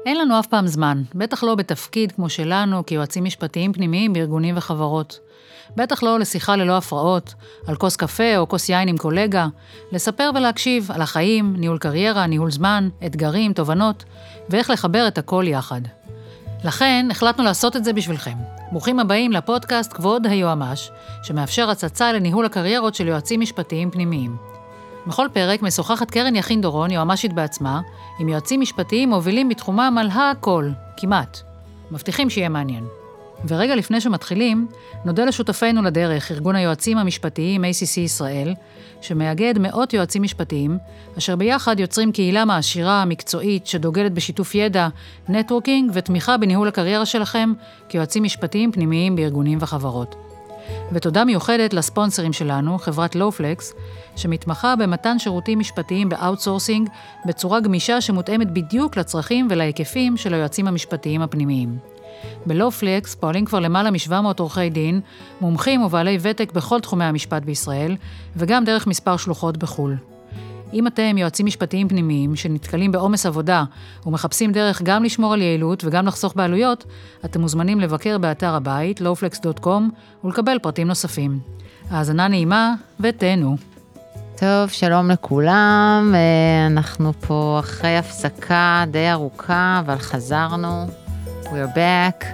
אין לנו אף פעם זמן, בטח לא בתפקיד כמו שלנו כיועצים משפטיים פנימיים בארגונים וחברות. בטח לא לשיחה ללא הפרעות, על כוס קפה או כוס יין עם קולגה, לספר ולהקשיב על החיים, ניהול קריירה, ניהול זמן, אתגרים, תובנות, ואיך לחבר את הכל יחד. לכן החלטנו לעשות את זה בשבילכם. ברוכים הבאים לפודקאסט כבוד היועמ"ש, שמאפשר הצצה לניהול הקריירות של יועצים משפטיים פנימיים. בכל פרק משוחחת קרן יכין דורון, יועמ"שית בעצמה, עם יועצים משפטיים מובילים בתחומם על הכל, כמעט. מבטיחים שיהיה מעניין. ורגע לפני שמתחילים, נודה לשותפינו לדרך, ארגון היועצים המשפטיים ACC ישראל, שמאגד מאות יועצים משפטיים, אשר ביחד יוצרים קהילה מעשירה, מקצועית, שדוגלת בשיתוף ידע, נטוורקינג ותמיכה בניהול הקריירה שלכם, כיועצים משפטיים פנימיים בארגונים וחברות. ותודה מיוחדת לספונסרים שלנו, חברת לואופלקס, שמתמחה במתן שירותים משפטיים באוטסורסינג, בצורה גמישה שמותאמת בדיוק לצרכים ולהיקפים של היועצים המשפטיים הפנימיים. בלואופלקס פועלים כבר למעלה מ-700 עורכי דין, מומחים ובעלי ותק בכל תחומי המשפט בישראל, וגם דרך מספר שלוחות בחול. אם אתם יועצים משפטיים פנימיים שנתקלים בעומס עבודה ומחפשים דרך גם לשמור על יעילות וגם לחסוך בעלויות, אתם מוזמנים לבקר באתר הבית, lowflex.com, ולקבל פרטים נוספים. האזנה נעימה ותהנו. טוב, שלום לכולם, אנחנו פה אחרי הפסקה די ארוכה, אבל חזרנו. We're back.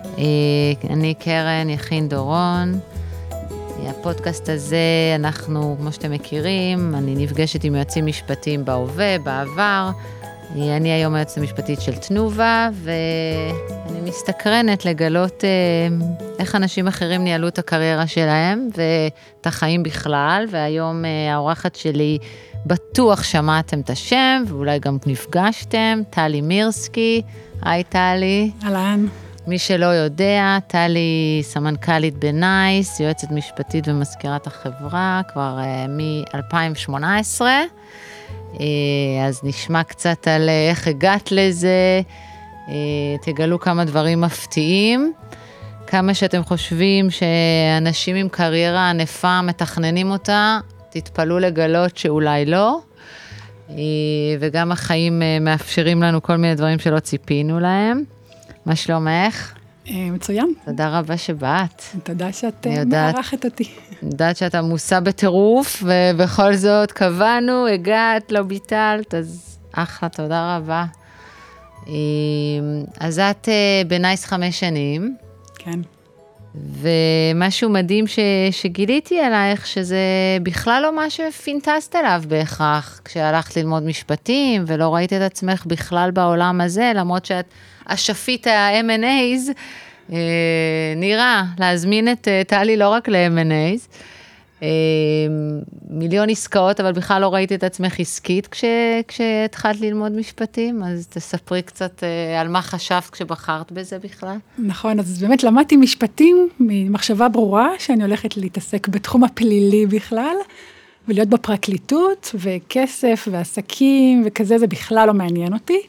אני קרן יכין דורון. הפודקאסט הזה, אנחנו, כמו שאתם מכירים, אני נפגשת עם יועצים משפטיים בהווה, בעבר. אני היום היועצת המשפטית של תנובה, ואני מסתקרנת לגלות איך אנשים אחרים ניהלו את הקריירה שלהם, ואת החיים בכלל, והיום האורחת שלי בטוח שמעתם את השם, ואולי גם נפגשתם, טלי מירסקי. היי טלי. אהלן. מי שלא יודע, טלי סמנכ"לית בנייס, יועצת משפטית ומזכירת החברה, כבר מ-2018. אז נשמע קצת על איך הגעת לזה, תגלו כמה דברים מפתיעים, כמה שאתם חושבים שאנשים עם קריירה ענפה מתכננים אותה, תתפלו לגלות שאולי לא, וגם החיים מאפשרים לנו כל מיני דברים שלא ציפינו להם. מה שלומך? מצוין. תודה רבה שבאת. תודה שאת מארחת אותי. יודעת שאת עמוסה בטירוף, ובכל זאת קבענו, הגעת, לא ביטלת, אז אחלה, תודה רבה. אז את בנייס 5 שנים. כן. ומשהו מדהים שגיליתי עלייך, שזה בכלל לא משהו פינטסט עליו בהכרח, כשהלכת ללמוד משפטים, ולא ראית את עצמך בכלל בעולם הזה, למרות שאת השפית ה-M&A's, נראה, להזמין את טלי לא רק ל-M&A's, מיליון עסקאות, אבל בכלל לא ראית את עצמך עסקית כשהתחלת ללמוד משפטים, אז תספרי קצת על מה חשבת כשבחרת בזה בכלל. נכון, אז באמת למדתי משפטים ממחשבה ברורה, שאני הולכת להתעסק בתחום הפלילי בכלל, ולהיות בפרקליטות, וכסף ועסקים וכזה, זה בכלל לא מעניין אותי.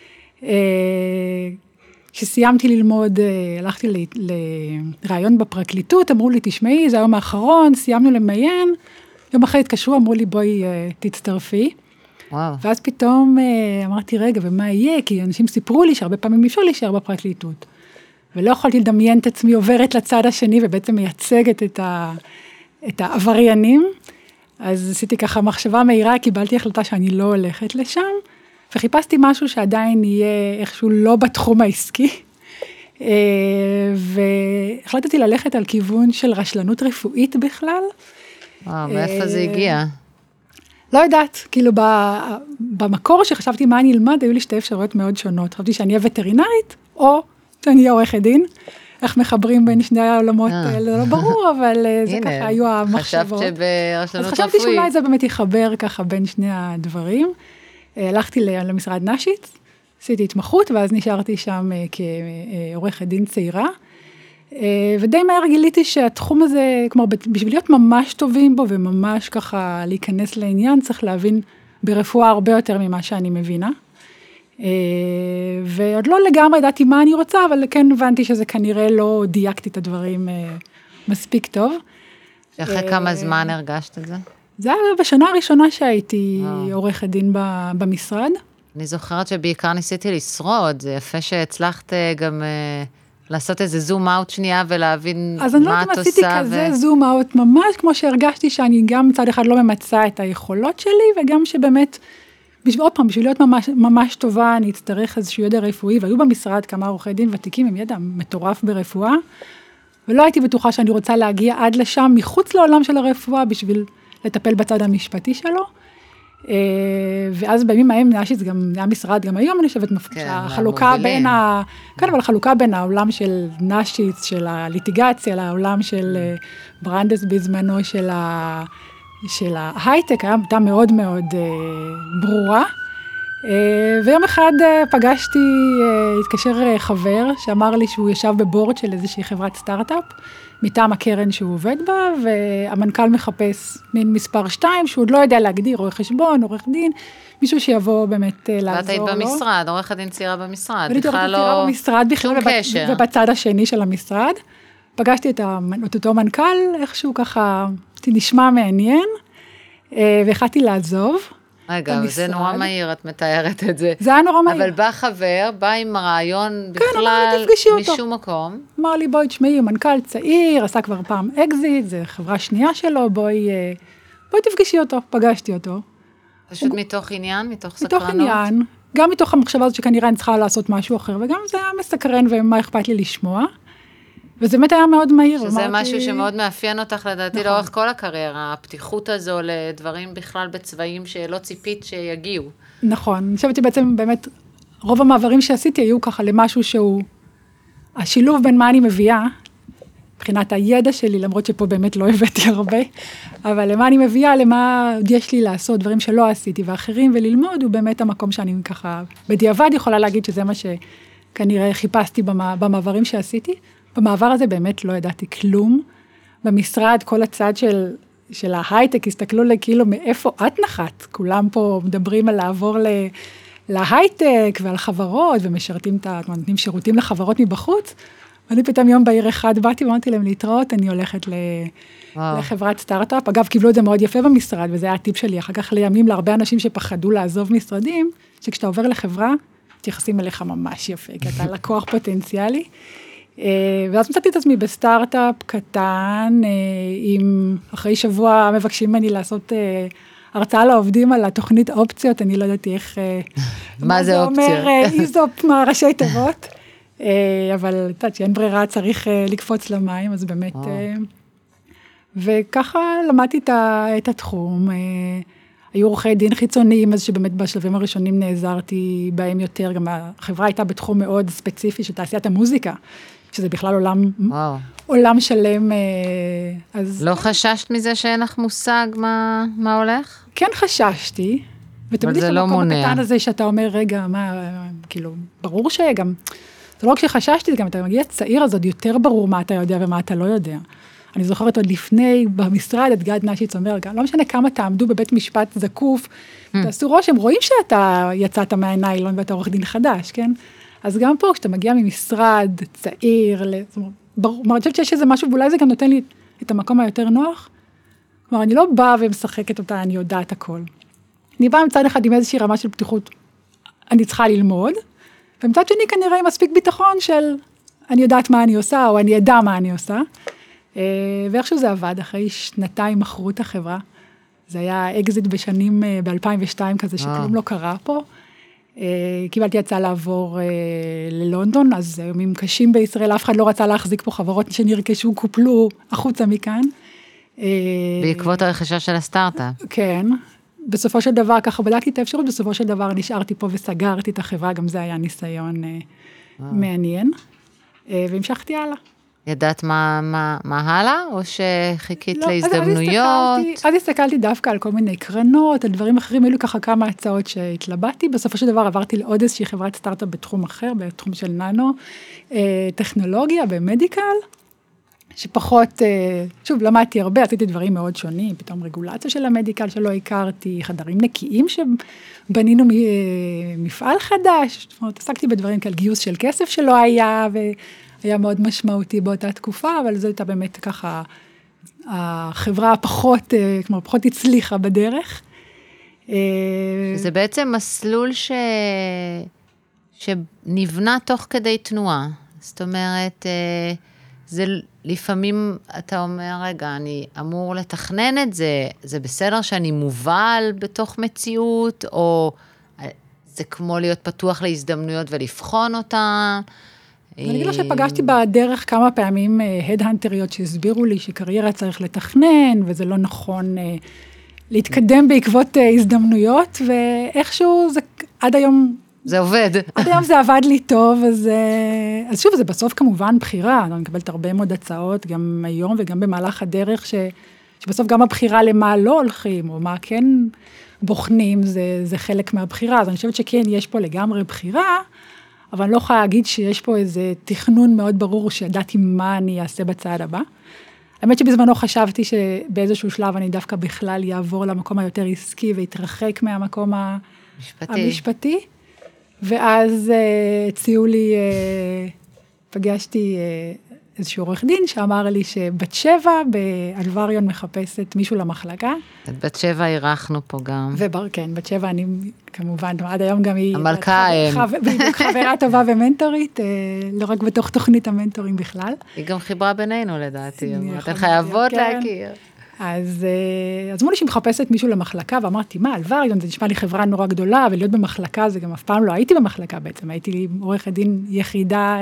כשסיימתי ללמוד, הלכתי לרעיון בפרקליטות, אמרו לי, תשמעי, זה היום האחרון, סיימנו למיין, יום אחרי התקשרו, אמרו לי, בואי תצטרפי. וואו. ואז פתאום אמרתי, רגע, ומה יהיה? כי אנשים סיפרו לי שהרבה פעמים אי אפשר להישאר בפרקליטות. ולא יכולתי לדמיין את עצמי עוברת לצד השני, ובעצם מייצגת את העבריינים. אז עשיתי ככה מחשבה מהירה, קיבלתי החלטה שאני לא הולכת לשם, וחיפשתי משהו שעדיין יהיה איכשהו לא בתחום העסקי, והחלטתי ללכת על כיוון של רשלנות רפואית בכלל. וואו, מאיפה זה הגיע? לא יודעת, כאילו במקור שחשבתי מה אני אלמד, היו לי 2 אפשרויות מאוד שונות. חשבתי שאני אהיה וטרינרית, או שאני אהיה עורכת דין. איך מחברים בין שני העולמות, לא ברור, אבל זה ככה היו המחשבות. חשבת שברשלנות רפואית. אז חשבתי שאולי זה באמת יחבר ככה בין שני הדברים. הלכתי למשרד נשית, עשיתי התמחות, ואז נשארתי שם כעורכת דין צעירה, ודי מהר גיליתי שהתחום הזה, כלומר, בשביל להיות ממש טובים בו, וממש ככה להיכנס לעניין, צריך להבין ברפואה הרבה יותר ממה שאני מבינה, ועוד לא לגמרי ידעתי מה אני רוצה, אבל כן הבנתי שזה כנראה לא דייקתי את הדברים מספיק טוב. אחרי כמה זמן הרגשת את זה? זה היה בשנה הראשונה שהייתי עורכת דין במשרד. אני זוכרת שבעיקר ניסיתי לשרוד, זה יפה שהצלחת גם לעשות איזה זום אאוט שנייה ולהבין מה את עושה. אז אני לא יודעת אם עשיתי כזה זום אאוט ממש, כמו שהרגשתי שאני גם מצד אחד לא ממצה את היכולות שלי, וגם שבאמת, עוד פעם, בשביל להיות ממש טובה, אני אצטרך איזשהו ידע רפואי, והיו במשרד כמה עורכי דין ותיקים עם ידע מטורף ברפואה, ולא הייתי בטוחה שאני רוצה להגיע עד לשם, מחוץ לעולם של הרפואה, בשביל לטפל בצד המשפטי שלו. ואז בימים ההם נראה שזה גם, זה המשרד, גם היום אני חושבת, החלוקה בין כן, אבל החלוקה בין העולם של נשיץ, של הליטיגציה, לעולם של ברנדס בזמנו של ההייטק, הייתה מאוד מאוד ברורה. ויום אחד פגשתי, התקשר חבר, שאמר לי שהוא ישב בבורד של איזושהי חברת סטארט-אפ, מטעם הקרן שהוא עובד בה, והמנכ"ל מחפש מין מספר 2, שהוא עוד לא יודע להגדיר, עורך חשבון, עורך דין, מישהו שיבוא באמת לעזור לו. ואת היית במשרד, עורך הדין צעירה במשרד, בכלל לא שום קשר. ובצד השני של המשרד, פגשתי את אותו מנכ"ל, איכשהו ככה, נשמע מעניין, והחלטתי לעזוב. רגע, זה נורא מהיר, את מתארת את זה. זה היה נורא מהיר. אבל בא חבר, בא עם הרעיון בכלל משום מקום. אמר לי, בואי תשמעי, הוא מנכ"ל צעיר, עשה כבר פעם אקזיט, זה חברה שנייה שלו, בואי תפגשי אותו, פגשתי אותו. פשוט מתוך עניין, מתוך סקרנות? מתוך עניין, גם מתוך המחשבה הזאת שכנראה אני צריכה לעשות משהו אחר, וגם זה היה מסקרן ומה אכפת לי לשמוע. וזה באמת היה מאוד מהיר. שזה משהו שמאוד מאפיין אותך, לדעתי, לאורך כל הקריירה, הפתיחות הזו לדברים בכלל בצבעים שלא ציפית שיגיעו. נכון, אני חושבת שבעצם באמת, רוב המעברים שעשיתי היו ככה למשהו שהוא, השילוב בין מה אני מביאה, מבחינת הידע שלי, למרות שפה באמת לא הבאתי הרבה, אבל למה אני מביאה, למה יש לי לעשות, דברים שלא עשיתי, ואחרים, וללמוד, הוא באמת המקום שאני ככה, בדיעבד יכולה להגיד שזה מה שכנראה חיפשתי במעברים שעשיתי. במעבר הזה באמת לא ידעתי כלום. במשרד, כל הצד של ההייטק, הסתכלו לי כאילו מאיפה את נחת. כולם פה מדברים על לעבור להייטק ועל חברות, ומשרתים נותנים שירותים לחברות מבחוץ. ואני פתאום יום בהיר אחד באתי, ואמרתי להם להתראות, אני הולכת לחברת סטארט-אפ. אגב, קיבלו את זה מאוד יפה במשרד, וזה היה הטיפ שלי. אחר כך לימים להרבה אנשים שפחדו לעזוב משרדים, שכשאתה עובר לחברה, תייחסים אליך ממש יפה, כי אתה לקוח פוטנציאלי. ואז מצאתי את עצמי בסטארט-אפ קטן, אחרי שבוע מבקשים ממני לעשות הרצאה לעובדים על התוכנית אופציות, אני לא יודעת איך, מה זה אופציות? זה אומר איזופ מהראשי תיבות, אבל את יודעת שאין ברירה, צריך לקפוץ למים, אז באמת, וככה למדתי את התחום, היו עורכי דין חיצוניים, אז שבאמת בשלבים הראשונים נעזרתי בהם יותר, גם החברה הייתה בתחום מאוד ספציפי של תעשיית המוזיקה, שזה בכלל עולם שלם. אז לא חששת מזה שאין לך מושג מה הולך? כן חששתי, ותמיד יש המקום הקטן הזה שאתה אומר, רגע, מה, כאילו, ברור שגם, זה לא רק שחששתי, גם אתה מגיע צעיר, אז עוד יותר ברור מה אתה יודע ומה אתה לא יודע. אני זוכרת עוד לפני, במשרד, את גד נשיץ אומר, לא משנה כמה תעמדו בבית משפט זקוף, תעשו רושם, רואים שאתה יצאת מהניילון ואתה עורך דין חדש, כן? אז גם פה, כשאתה מגיע ממשרד צעיר, אני חושבת שיש איזה משהו, ואולי זה גם נותן לי את המקום היותר נוח. כלומר, אני לא באה ומשחקת אותה, אני יודעת הכל. אני באה מצד אחד עם איזושהי רמה של פתיחות, אני צריכה ללמוד, ומצד שני כנראה עם מספיק ביטחון של, אני יודעת מה אני עושה, או אני אדע מה אני עושה. ואיכשהו זה עבד, אחרי שנתיים מכרו את החברה. זה היה אקזיט בשנים, ב-2002 כזה, שכלום לא קרה פה. קיבלתי הצעה לעבור ללונדון, אז ימים קשים בישראל, אף אחד לא רצה להחזיק פה חברות שנרכשו, קופלו החוצה מכאן. בעקבות הרכישה של הסטארט-אפ. כן. בסופו של דבר, ככה בדקתי את האפשרות, בסופו של דבר נשארתי פה וסגרתי את החברה, גם זה היה ניסיון מעניין, והמשכתי הלאה. ידעת מה הלאה, או שחיכית להזדמנויות? אז הסתכלתי דווקא על כל מיני קרנות, על דברים אחרים, היו ככה כמה הצעות שהתלבטתי, בסופו של דבר עברתי לעוד איזושהי חברת סטארט-אפ בתחום אחר, בתחום של ננו, טכנולוגיה במדיקל, שפחות, שוב, למדתי הרבה, עשיתי דברים מאוד שונים, פתאום רגולציה של המדיקל שלא הכרתי, חדרים נקיים שבנינו מפעל חדש, זאת אומרת, עסקתי בדברים כאלה, גיוס של כסף שלא היה, היה מאוד משמעותי באותה תקופה, אבל זו הייתה באמת ככה, החברה פחות הצליחה בדרך. זה בעצם מסלול שנבנה תוך כדי תנועה. זאת אומרת, זה לפעמים אתה אומר, רגע, אני אמור לתכנן את זה, זה בסדר שאני מובל בתוך מציאות, או זה כמו להיות פתוח להזדמנויות ולבחון אותן. אני אגיד לך שפגשתי בדרך כמה פעמים הדהנטריות שהסבירו לי שקריירה צריך לתכנן, וזה לא נכון להתקדם בעקבות הזדמנויות, ואיכשהו זה עד היום... זה עובד. עד היום זה עבד לי טוב, אז שוב, זה בסוף כמובן בחירה, אני מקבלת הרבה מאוד הצעות, גם היום וגם במהלך הדרך, שבסוף גם הבחירה למה לא הולכים, או מה כן בוחנים, זה חלק מהבחירה, אז אני חושבת שכן, יש פה לגמרי בחירה, אבל אני לא יכולה להגיד שיש פה איזה תכנון מאוד ברור, שידעתי מה אני אעשה בצעד הבא. האמת שבזמנו חשבתי שבאיזשהו שלב אני דווקא בכלל יעבור למקום היותר עסקי, והתרחק מהמקום המשפטי. ואז הציעו לי, פגשתי איזשהו עורך דין שאמר לי שבת שבע באלווריון מחפשת מישהו למחלקה. את בת שבע אירחנו פה גם. כן, בת שבע אני כמובן, עד היום גם היא... המלכה חברה טובה ומנטורית, לא רק בתוך תוכנית המנטורים בכלל. היא גם חיברה בינינו לדעתי, אתן חייבות להכיר. אז אמרו לי שהיא מחפשת מישהו למחלקה, ואמרתי, מה, אלווריון, זה נשמע לי חברה נורא גדולה, ולהיות במחלקה, זה גם אף פעם לא הייתי במחלקה בעצם, הייתי עורכת דין יחידה...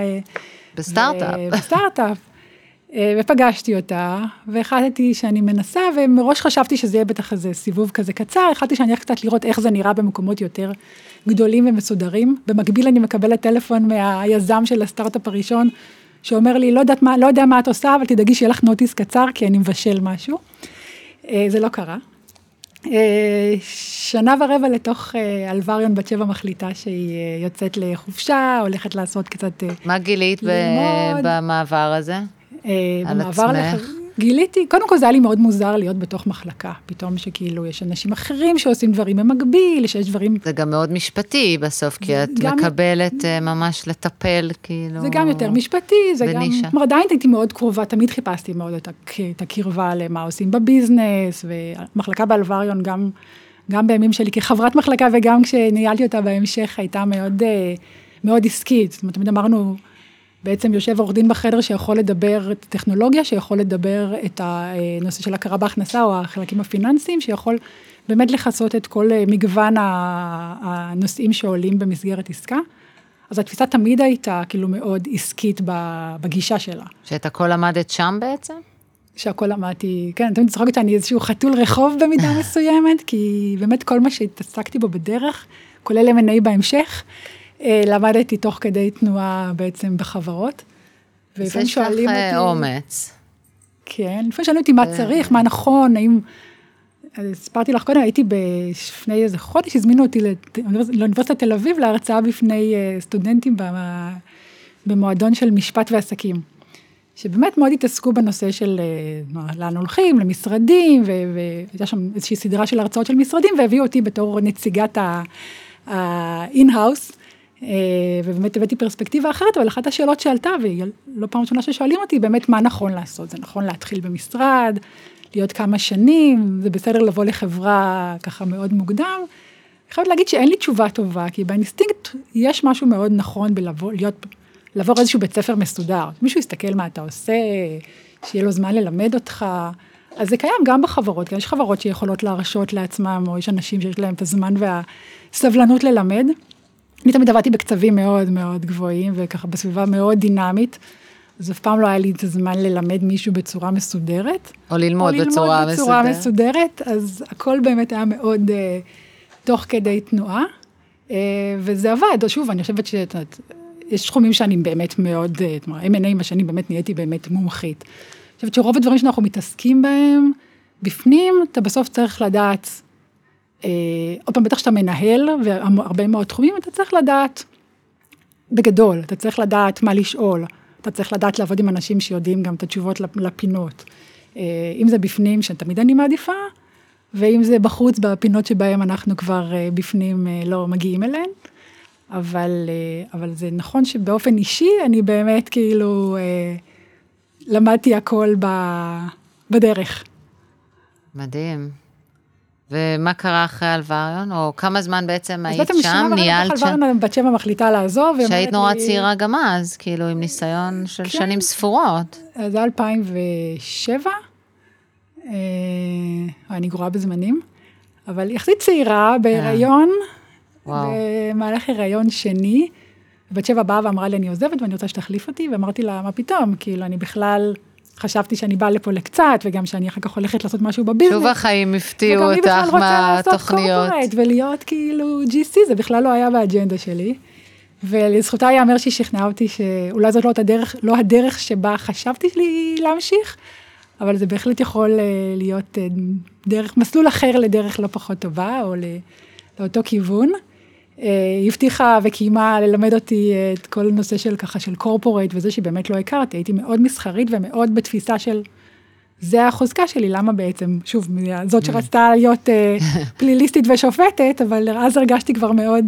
בסטארט-אפ. ופגשתי אותה, והחלטתי שאני מנסה, ומראש חשבתי שזה יהיה בטח איזה סיבוב כזה קצר, החלטתי שאני הולכת קצת לראות איך זה נראה במקומות יותר גדולים ומסודרים. במקביל אני מקבלת טלפון מהיזם של הסטארט-אפ הראשון, שאומר לי, לא יודע מה את עושה, אבל תדאגי שיהיה לך נוטיס קצר, כי אני מבשל משהו. זה לא קרה. 1.25 שנה לתוך אלווריון בת שבע מחליטה שהיא יוצאת לחופשה, הולכת לעשות קצת... מה גילית במעבר הזה? על עצמך? גיליתי, קודם כל זה היה לי מאוד מוזר להיות בתוך מחלקה, פתאום שכאילו יש אנשים אחרים שעושים דברים במקביל, שיש דברים... זה גם מאוד משפטי בסוף, כי את מקבלת ממש לטפל, כאילו... זה גם יותר משפטי, זה גם... כלומר, עדיין הייתי מאוד קרובה, תמיד חיפשתי מאוד את הקרבה למה עושים בביזנס, ומחלקה באלווריון גם בימים שלי כחברת מחלקה, וגם כשניהלתי אותה בהמשך, הייתה מאוד, מאוד עסקית. זאת אומרת, תמיד אמרנו... בעצם יושב עורך דין בחדר שיכול לדבר את הטכנולוגיה, שיכול לדבר את הנושא של הכרה בהכנסה, או החלקים הפיננסיים, שיכול באמת לחסות את כל מגוון הנושאים שעולים במסגרת עסקה. אז התפיסה תמיד הייתה כאילו מאוד עסקית בגישה שלה. שאת הכל למדת שם בעצם? שהכל למדתי, כן, תמיד צוחקת שאני איזשהו חתול רחוב במידה מסוימת, כי באמת כל מה שהתעסקתי בו בדרך, כולל M&A בהמשך, למדתי תוך כדי תנועה בעצם בחברות. זה יש לך אומץ. כן, לפעמים שאלו אותי מה צריך, מה נכון, האם... הספרתי לך קודם, הייתי לפני איזה חודש, הזמינו אותי לאוניברסיטת תל אביב, להרצאה בפני סטודנטים במועדון של משפט ועסקים. שבאמת מאוד התעסקו בנושא של לאן הולכים, למשרדים, והייתה שם איזושהי סדרה של הרצאות של משרדים, והביאו אותי בתור נציגת ה-in-house, ובאמת הבאתי פרספקטיבה אחרת, אבל אחת השאלות שעלתה, והיא לא פעם ראשונה ששואלים אותי, באמת מה נכון לעשות, זה נכון להתחיל במשרד, להיות כמה שנים, זה בסדר לבוא לחברה ככה מאוד מוקדם, אני חייבת להגיד שאין לי תשובה טובה, כי באינסטינקט יש משהו מאוד נכון לעבור איזשהו בית ספר מסודר, מישהו יסתכל מה אתה עושה, שיהיה לו זמן ללמד אותך, אז זה קיים גם בחברות, כי יש חברות שיכולות להרשות לעצמם, או יש אנשים שיש להם את הזמן והסבלנות ללמד. אני תמיד עבדתי בקצבים מאוד מאוד גבוהים, וככה בסביבה מאוד דינמית, אז אף פעם לא היה לי את הזמן ללמד מישהו בצורה מסודרת. או ללמוד בצורה מסודרת, אז הכל באמת היה מאוד תוך כדי תנועה, וזה עבד. שוב, אני חושבת שיש תחומים שאני באמת מאוד, M&A מה שאני באמת נהייתי באמת מומחית. אני חושבת שרוב הדברים שאנחנו מתעסקים בהם, בפנים, אתה בסוף צריך לדעת, עוד פעם, בטח שאתה מנהל, והרבה מאוד תחומים, אתה צריך לדעת בגדול, אתה צריך לדעת מה לשאול, אתה צריך לדעת לעבוד עם אנשים שיודעים גם את התשובות לפינות. אם זה בפנים, שתמיד אני מעדיפה, ואם זה בחוץ, בפינות שבהם אנחנו כבר בפנים לא מגיעים אליהן, אבל זה נכון שבאופן אישי, אני באמת כאילו למדתי הכל בדרך. מדהים. ומה קרה אחרי אלווריון? או כמה זמן בעצם היית בעצם שם, ניהלת שם? אלווריון בת 7 מחליטה לעזוב. שהיית נורא צעירה גם אז, כאילו עם ניסיון של שנים ספורות. זה 2007, אני גרועה בזמנים, אבל יחסית צעירה, בהיריון, במהלך הריון שני, בת 7 באה ואמרה לי, אני עוזבת ואני רוצה שתחליף אותי, ואמרתי לה, מה פתאום? כאילו, אני בכלל חשבתי שאני באה לפה לקצת, וגם שאני אחר כך הולכת לעשות משהו בביזנס. שוב החיים הפתיעו אותך מהתוכניות. וגם היא בכלל רוצה לעשות קורפורט, ולהיות כאילו GC, זה בכלל לא היה באג'נדה שלי. ולזכותה ייאמר שהיא שכנעה אותי שאולי זאת לא הדרך שבה חשבתי לי להמשיך, אבל זה בהחלט יכול להיות דרך, מסלול אחר לדרך לא פחות טובה, או לאותו כיוון. היא הבטיחה וקיימה ללמד אותי את כל נושא של ככה של קורפורט, וזה שבאמת לא הכרתי, הייתי מאוד מסחרית ומאוד בתפיסה של, זה החוזקה שלי, למה בעצם, שוב, זאת שרצתה להיות פליליסטית ושופטת, אבל אז הרגשתי כבר מאוד,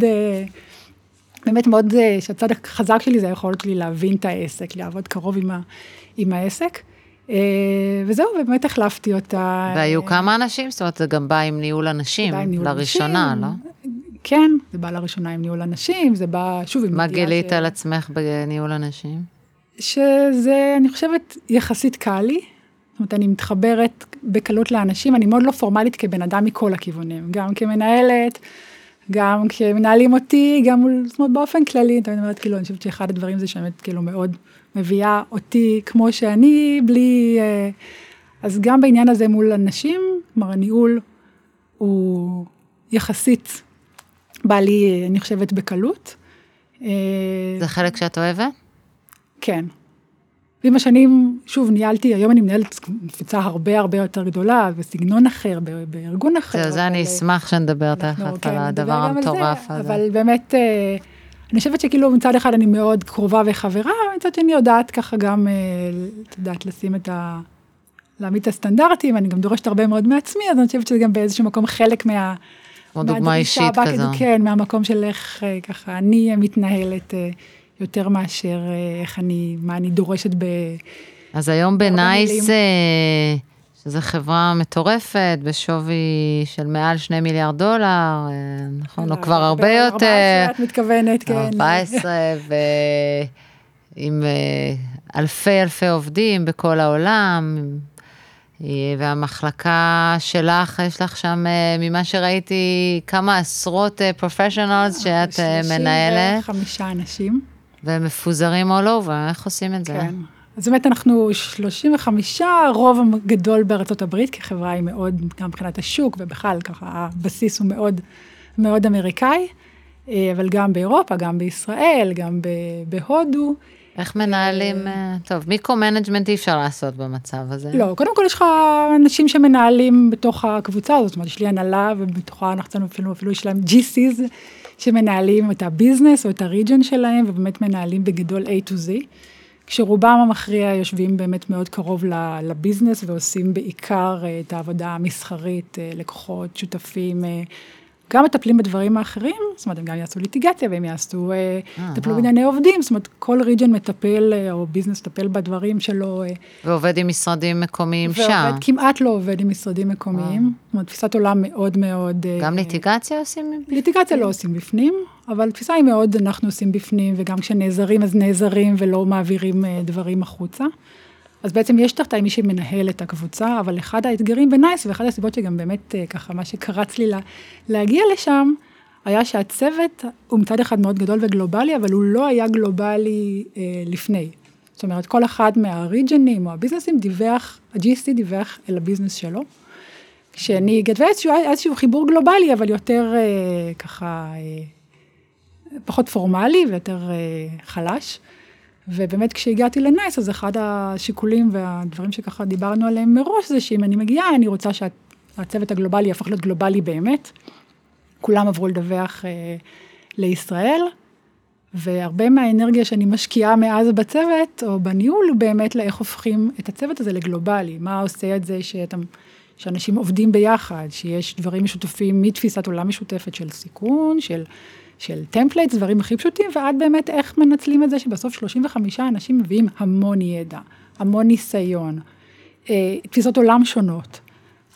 באמת מאוד, שהצד החזק שלי זה היכולת לי להבין את העסק, לעבוד קרוב עם העסק, וזהו, באמת החלפתי אותה. והיו כמה אנשים? זאת אומרת, זה גם בא עם ניהול אנשים, לראשונה, לא? כן, זה בא לראשונה עם ניהול אנשים, זה בא שוב עם... מה גילית על עצמך בניהול אנשים? שזה, אני חושבת, יחסית קל לי. זאת אומרת, אני מתחברת בקלות לאנשים, אני מאוד לא פורמלית כבן אדם מכל הכיוונים, גם כמנהלת, גם כמנהלים אותי, גם זאת אומרת, באופן כללי, אני אומרת, כאילו, אני חושבת שאחד הדברים זה שבאמת, כאילו, מאוד מביאה אותי כמו שאני, בלי... אז גם בעניין הזה מול אנשים, כלומר, הניהול הוא יחסית... בא לי, אני חושבת, בקלות. זה חלק שאת אוהבת? כן. ועם השנים, שוב, ניהלתי, היום אני מנהלת קבוצה הרבה הרבה יותר גדולה, בסגנון אחר, בארגון אחר. זה אני אשמח שנדבר תחת על הדבר המטורף הזה. אבל באמת, אני חושבת שכאילו מצד אחד אני מאוד קרובה וחברה, מצד שני יודעת ככה גם, יודעת לשים את להעמיד את הסטנדרטים, אני גם דורשת הרבה מאוד מעצמי, אז אני חושבת שזה גם באיזשהו מקום חלק כמו דוגמה אישית כזו. כן, מהמקום של איך ככה אני מתנהלת יותר מאשר מה אני דורשת אז היום בנייס, שזו חברה מטורפת, בשווי של מעל 2 מיליארד דולר, נכון, או כבר הרבה יותר. 14 את מתכוונת, כן. 14, ועם אלפי עובדים בכל העולם, והמחלקה שלך, יש לך שם, ממה שראיתי, כמה עשרות פרופשיונלס שאת מנהלת. 35 אנשים. והם מפוזרים all over, איך עושים את זה? כן. אז באמת אנחנו 35, רוב הגדול בארצות הברית, כי חברה היא מאוד, גם מבחינת השוק, ובכלל ככה, הבסיס הוא מאוד, מאוד אמריקאי, אבל גם באירופה, גם בישראל, גם בהודו. איך מנהלים, טוב, מיקרו-מנג'מנט אי אפשר לעשות במצב הזה? לא, קודם כל יש לך אנשים שמנהלים בתוך הקבוצה הזאת, זאת אומרת, יש לי הנהלה, ובתוכה אנחנו אפילו יש להם GCs, שמנהלים את הביזנס או את הריג'ן שלהם, ובאמת מנהלים בגדול A to Z, כשרובם המכריע יושבים באמת מאוד קרוב לביזנס, ועושים בעיקר את העבודה המסחרית, לקוחות, שותפים, גם מטפלים בדברים האחרים, זאת אומרת, הם גם יעשו ליטיגציה, והם יעשו, טפלו בענייני עובדים, זאת אומרת, כל ריג'ן מטפל, או ביזנס מטפל בדברים שלו. ועובד עם משרדים מקומיים שם. ועובד, כמעט לא עובד עם משרדים מקומיים, זאת אומרת, תפיסת עולם מאוד מאוד... גם ליטיגציה עושים בפנים? ליטיגציה לא עושים בפנים, אבל תפיסה היא מאוד, אנחנו עושים בפנים, וגם כשנעזרים, אז נעזרים, ולא מעבירים דברים החוצה. אז בעצם יש תחתיי מי שמנהל את הקבוצה, אבל אחד האתגרים בנייס, ואחד הסיבות שגם באמת ככה, מה שקרץ לי להגיע לשם, היה שהצוות הוא מצד אחד מאוד גדול וגלובלי, אבל הוא לא היה גלובלי לפני. זאת אומרת, כל אחד מהריג'נים או הביזנסים דיווח, ה-GC דיווח אל הביזנס שלו, כשאני הגעתי איזשהו חיבור גלובלי, אבל יותר ככה, פחות פורמלי ויותר חלש. ובאמת כשהגעתי לנייס, אז אחד השיקולים והדברים שככה דיברנו עליהם מראש, זה שאם אני מגיעה, אני רוצה שהצוות הגלובלי יהפוך להיות גלובלי באמת. כולם עברו לדווח לישראל, והרבה מהאנרגיה שאני משקיעה מאז בצוות, או בניהול, הוא באמת לאיך הופכים את הצוות הזה לגלובלי. מה עושה את זה שאנשים עובדים ביחד, שיש דברים משותפים מתפיסת עולם משותפת של סיכון, של טמפלייטס, דברים הכי פשוטים, ועד באמת איך מנצלים את זה שבסוף 35 אנשים מביאים המון ידע, המון ניסיון, תפיסות עולם שונות.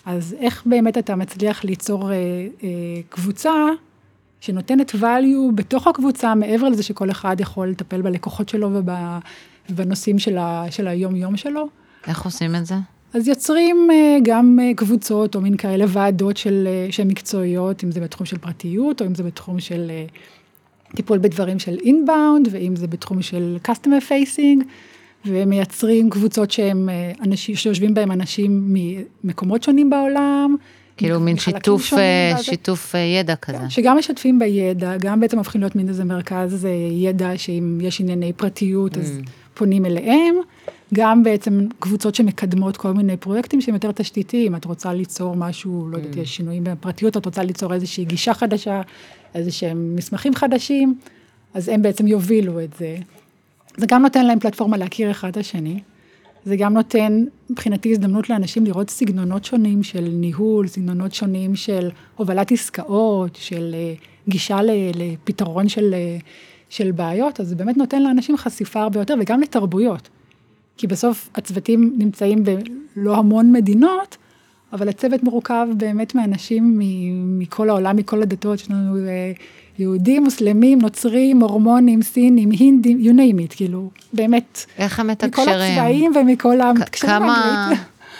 אז איך באמת אתה מצליח ליצור קבוצה שנותנת value בתוך הקבוצה, מעבר לזה שכל אחד יכול לטפל בלקוחות שלו ובנושאים של היום-יום שלו. איך עושים את זה? אז יוצרים גם קבוצות, או מין כאלה ועדות שהן מקצועיות, אם זה בתחום של פרטיות, או אם זה בתחום של טיפול בדברים של inbound, ואם זה בתחום של customer facing, ומייצרים קבוצות שהם אנשים, שיושבים בהם אנשים ממקומות שונים בעולם. כאילו מין שיתוף ידע כזה. שגם משתפים בידע, גם בעצם הופכים להיות מין איזה מרכז ידע, שאם יש ענייני פרטיות, אז פונים אליהם. גם בעצם קבוצות שמקדמות כל מיני פרויקטים שהם יותר תשתיתיים, את רוצה ליצור משהו, לא יודעת, יש שינויים בפרטיות, את רוצה ליצור איזושהי גישה חדשה, איזשהם מסמכים חדשים, אז הם בעצם יובילו את זה. זה גם נותן להם פלטפורמה להכיר אחד השני, זה גם נותן מבחינתי הזדמנות לאנשים לראות סגנונות שונים של ניהול, סגנונות שונים של הובלת עסקאות, של גישה לפתרון של בעיות, אז זה באמת נותן לאנשים חשיפה הרבה יותר, וגם לתרבויות. כי בסוף הצוותים נמצאים בלא המון מדינות, אבל הצוות מורכב באמת מאנשים מכל העולם, מכל הדתות, יש לנו יהודים, מוסלמים, נוצרים, מורמונים, סינים, הינדים, you name it, כאילו, באמת. איך הם מתקשרים? מכל הצבעים ומכל המתקשרים באנגלית.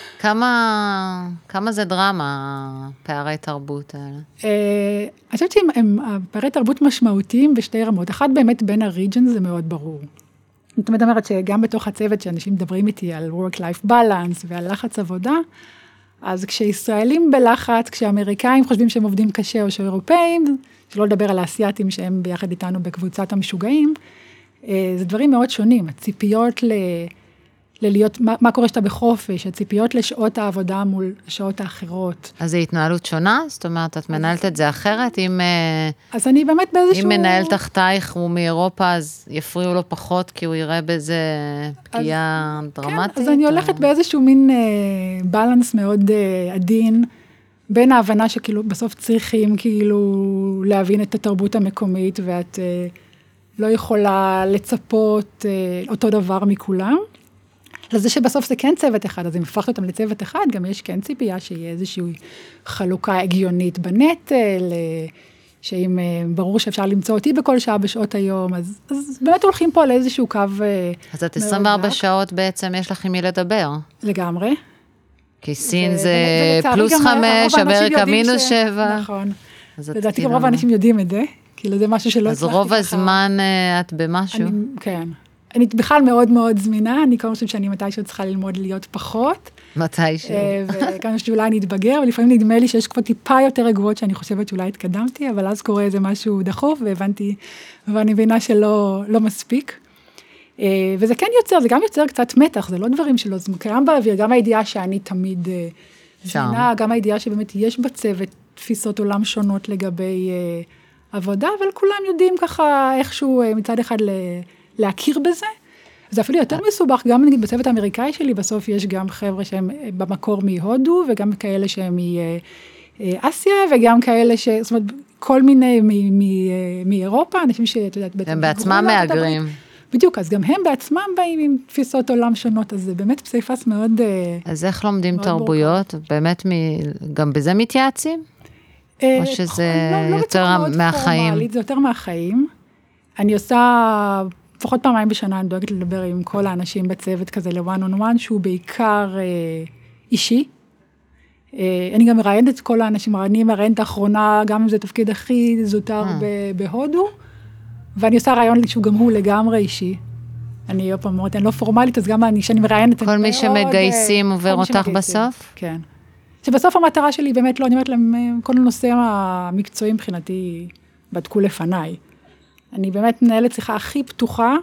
כמה זה דרמה, פערי תרבות האלה? אני חושבת שהם פערי תרבות משמעותיים בשתי רמות. אחד באמת בין הריג'ן זה מאוד ברור. אני תמיד אומרת שגם בתוך הצוות שאנשים מדברים איתי על work-life balance ועל לחץ עבודה, אז כשישראלים בלחץ, כשאמריקאים חושבים שהם עובדים קשה או שאירופאים, שלא לדבר על האסייתים שהם ביחד איתנו בקבוצת המשוגעים, זה דברים מאוד שונים. הציפיות ללהיות, מה קורה שאתה בחופש, הציפיות לשעות העבודה מול השעות האחרות. אז זו התנהלות שונה? זאת אומרת, את מנהלת את זה אחרת? אז אני באמת באיזשהו... אם מנהל תחתייך הוא מאירופה, אז יפריעו לו פחות, כי הוא יראה בזה פגיעה דרמטית? כן, אז אני הולכת באיזשהו מין בלנס מאוד עדין, בין ההבנה שכאילו בסוף צריכים כאילו להבין את התרבות המקומית, ואת לא יכולה לצפות אותו דבר מכולם. לזה שבסוף זה כן צוות אחד, אז אם הפכת אותם לצוות אחד, גם יש כן ציפייה שיהיה איזושהי חלוקה הגיונית בנטל, שאם ברור שאפשר למצוא אותי בכל שעה בשעות היום, אז באמת הולכים פה על איזשהו קו אז את 24 שעות בעצם יש לך עם מי לדבר. לגמרי. כי סין זה פלוס 5, אמריקה מינוס 7. נכון. לדעתי גם רוב האנשים יודעים את זה, כאילו זה משהו שלא הצלחתי. אז רוב הזמן את במשהו? כן. אני בכלל מאוד מאוד זמינה, אני כל חושבת שאני מתישהו צריכה ללמוד להיות פחות. מתישהו. וכאן שאולי אני אתבגר, ולפעמים נדמה לי שיש כבר טיפה יותר רגועות שאני חושבת שאולי התקדמתי, אבל אז קורה איזה משהו דחוף, והבנתי, ואני מבינה שלא מספיק. וזה כן יוצר, זה גם יוצר קצת מתח, זה לא דברים שלא, זה קיים באוויר, גם הידיעה שאני תמיד זמינה, גם הידיעה שבאמת יש בצוות תפיסות עולם שונות לגבי עבודה, אבל כולם יודעים ככה איכשהו מצד אחד להכיר בזה. זה אפילו יותר מסובך, גם נגיד בצוות האמריקאי שלי, בסוף יש גם חבר'ה שהם במקור מהודו, וגם כאלה שהם מאסיה, וגם כאלה זאת אומרת, כל מיני מאירופה, אנשים שאת יודעת, הם בעצמם מאגרים. בדיוק, אז גם הם בעצמם באים עם תפיסות עולם שונות, אז זה באמת פסיפס מאוד... אז איך לומדים תרבויות? באמת, גם בזה מתייעצים? או שזה יותר מהחיים? זה יותר מהחיים. אני עושה, לפחות פעמיים בשנה, אני דואגת לדבר עם כל האנשים בצוות כזה ל-one on one, שהוא בעיקר אישי. אני גם מראיינת את כל האנשים, אני מראיינת האחרונה, גם אם זה תפקיד הכי זוטר בהודו, ואני עושה רעיון שהוא גם הוא לגמרי אישי. אני עוד פעם אומרת, אני לא פורמלית, אז גם שאני מראיינת... כל מי שמגייסים עובר אותך בסוף? כן. שבסוף המטרה שלי באמת לא, אני אומרת להם, כל הנושא המקצועי מבחינתי בדקו לפניי. אני באמת מנהלת שיחה הכי פתוחה.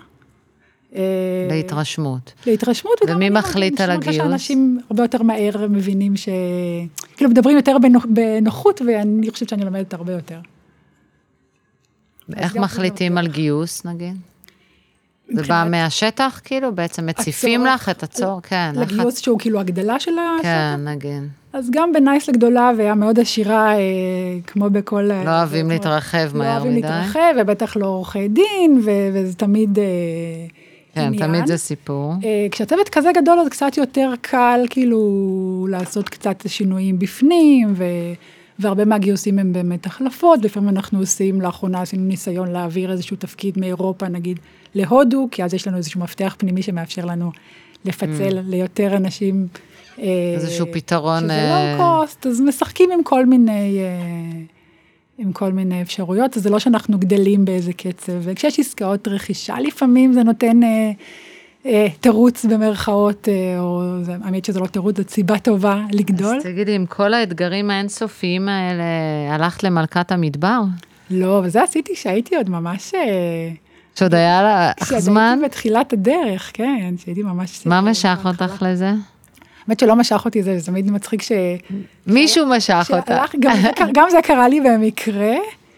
להתרשמות. להתרשמות. ומי מחליט על הגיוס? שאנשים הרבה יותר מהר מבינים כאילו מדברים יותר בנוחות, ואני חושבת שאני לומדת הרבה יותר. איך מחליטים על גיוס, נגיד? זה בא מהשטח, כאילו? בעצם מציפים לך את הצור? כן. לגיוס שהוא כאילו הגדלה של השטח? כן, נגיד. אז גם בנייס לגדולה, והיה מאוד עשירה, כמו בכל... לא אוהבים להתרחב מהר מדי. לא אוהבים להתרחב, ובטח לא עורכי דין, וזה תמיד כן, תמיד זה סיפור. כשהצוות כזה גדול, אז קצת יותר קל, כאילו, לעשות קצת שינויים בפנים, והרבה מהגיוסים הם באמת החלפות, לפעמים אנחנו עושים, לאחרונה עשינו ניסיון להעביר איזשהו תפקיד מאירופה, נגיד, להודו, כי אז יש לנו איזשהו מפתח פנימי שמאפשר לנו לפצל ליותר אנשים. איזשהו פתרון. שזה לא קוסט, אז משחקים עם כל מיני אפשרויות, אז זה לא שאנחנו גדלים באיזה קצב, וכשיש עסקאות רכישה, לפעמים זה נותן תירוץ במרכאות, או האמת שזה לא תירוץ, זה סיבה טובה לגדול. אז תגידי, עם כל האתגרים האינסופיים האלה, הלכת למלכת המדבר? לא, וזה עשיתי שהייתי עוד ממש... שעוד היה לך זמן? כשהייתי בתחילת הדרך, כן, שהייתי ממש... מה משך אותך לזה? האמת שלא משך אותי, זה תמיד מצחיק מישהו משך אותה. גם זה קרה לי במקרה,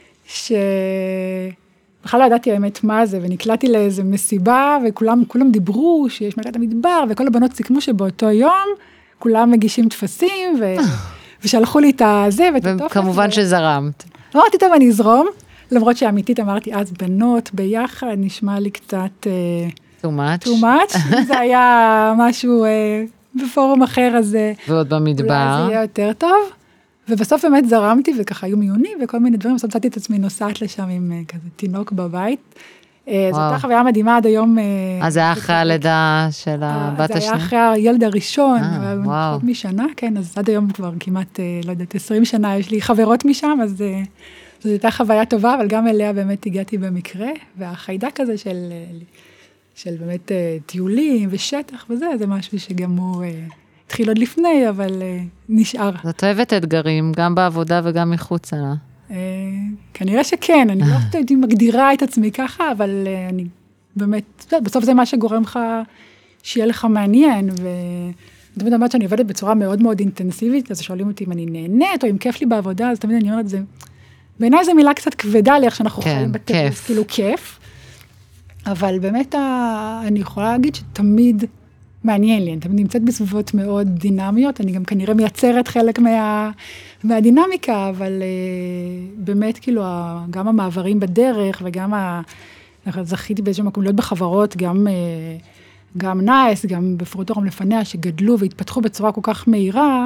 בכלל לא ידעתי האמת מה זה, ונקלעתי לאיזה מסיבה, וכולם דיברו שיש מלכת המדבר, וכל הבנות סיכמו שבאותו יום, כולם מגישים תפסים, ושלחו לי את זה, ואת התופס. וכמובן שזרמת. אמרתי, טוב, אני אזרום, למרות שאמיתית אמרתי, אז בנות ביחד, נשמע לי קצת... too much. too much, זה היה משהו בפורום אחר, אז... ועוד במדבר. אולי זה יהיה יותר טוב. ובסוף באמת זרמתי, וככה היו מיונים וכל מיני דברים, בסוף מצאתי את עצמי נוסעת לשם עם כזה תינוק בבית. זו הייתה חוויה מדהימה עד היום. אז זה היה אחרי הלידה של הבת השנייה? זה היה אחרי הילד הראשון, וואו. פחות משנה, כן, אז עד היום כבר כמעט, לא יודעת, 20 שנה, יש לי חברות משם, אז זו הייתה חוויה טובה, אבל גם אליה באמת הגעתי במקרה, והחיידק הזה של באמת טיולים ושטח וזה, זה משהו שגם הוא... התחיל עוד לפני, אבל נשאר. זאת אוהבת אתגרים, גם בעבודה וגם מחוץ לה. כנראה שכן, אני לא הייתי מגדירה את עצמי ככה, אבל אני באמת, בסוף זה מה שגורם לך, שיהיה לך מעניין, ותמיד אמרת שאני עובדת בצורה מאוד מאוד אינטנסיבית, אז שואלים אותי אם אני נהנית, או אם כיף לי בעבודה, אז תמיד אני אומרת, בעיניי זו מילה קצת כבדה לי, איך שאנחנו חיים בטבע, כאילו כיף, אבל באמת אני יכולה להגיד שתמיד, מעניין לי, אני תמיד נמצאת בסביבות מאוד דינמיות, אני גם כנראה מייצרת חלק מהדינמיקה, אבל באמת כאילו גם המעברים בדרך וגם זכיתי באיזשהו מקום להיות בחברות, גם נייס, גם בפרוטורם לפניה, שגדלו והתפתחו בצורה כל כך מהירה,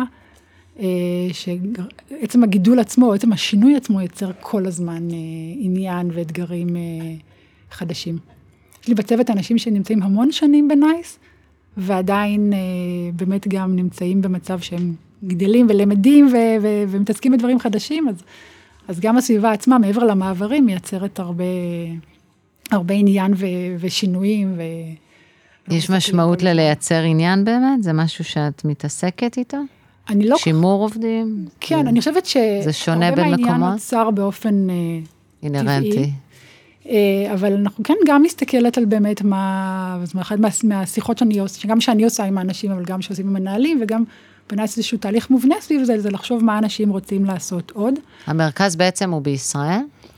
שעצם הגידול עצמו, עצם השינוי עצמו יצר כל הזמן עניין ואתגרים חדשים. יש לי בצוות אנשים שנמצאים המון שנים בנייס, ועדיין באמת גם נמצאים במצב שהם גדלים ולמדים ומתעסקים בדברים חדשים, אז גם הסביבה עצמה, מעבר למעברים, מייצרת הרבה עניין ושינויים. יש משמעות לייצר עניין באמת? זה משהו שאת מתעסקת איתו? אני לא... שימור עובדים? כן, אני חושבת זה שונה בין מקומות? הרבה מהעניין נוצר באופן אינרנטי. טבעי. אבל אנחנו כן גם מסתכלת על באמת מה, זאת אומרת, אחת מהשיחות שאני עושה, שגם שאני עושה עם האנשים, אבל גם שעושים עם מנהלים, וגם בנעשה איזשהו תהליך מובנה סביב זה, זה לחשוב מה אנשים רוצים לעשות עוד. המרכז בעצם הוא בישראל?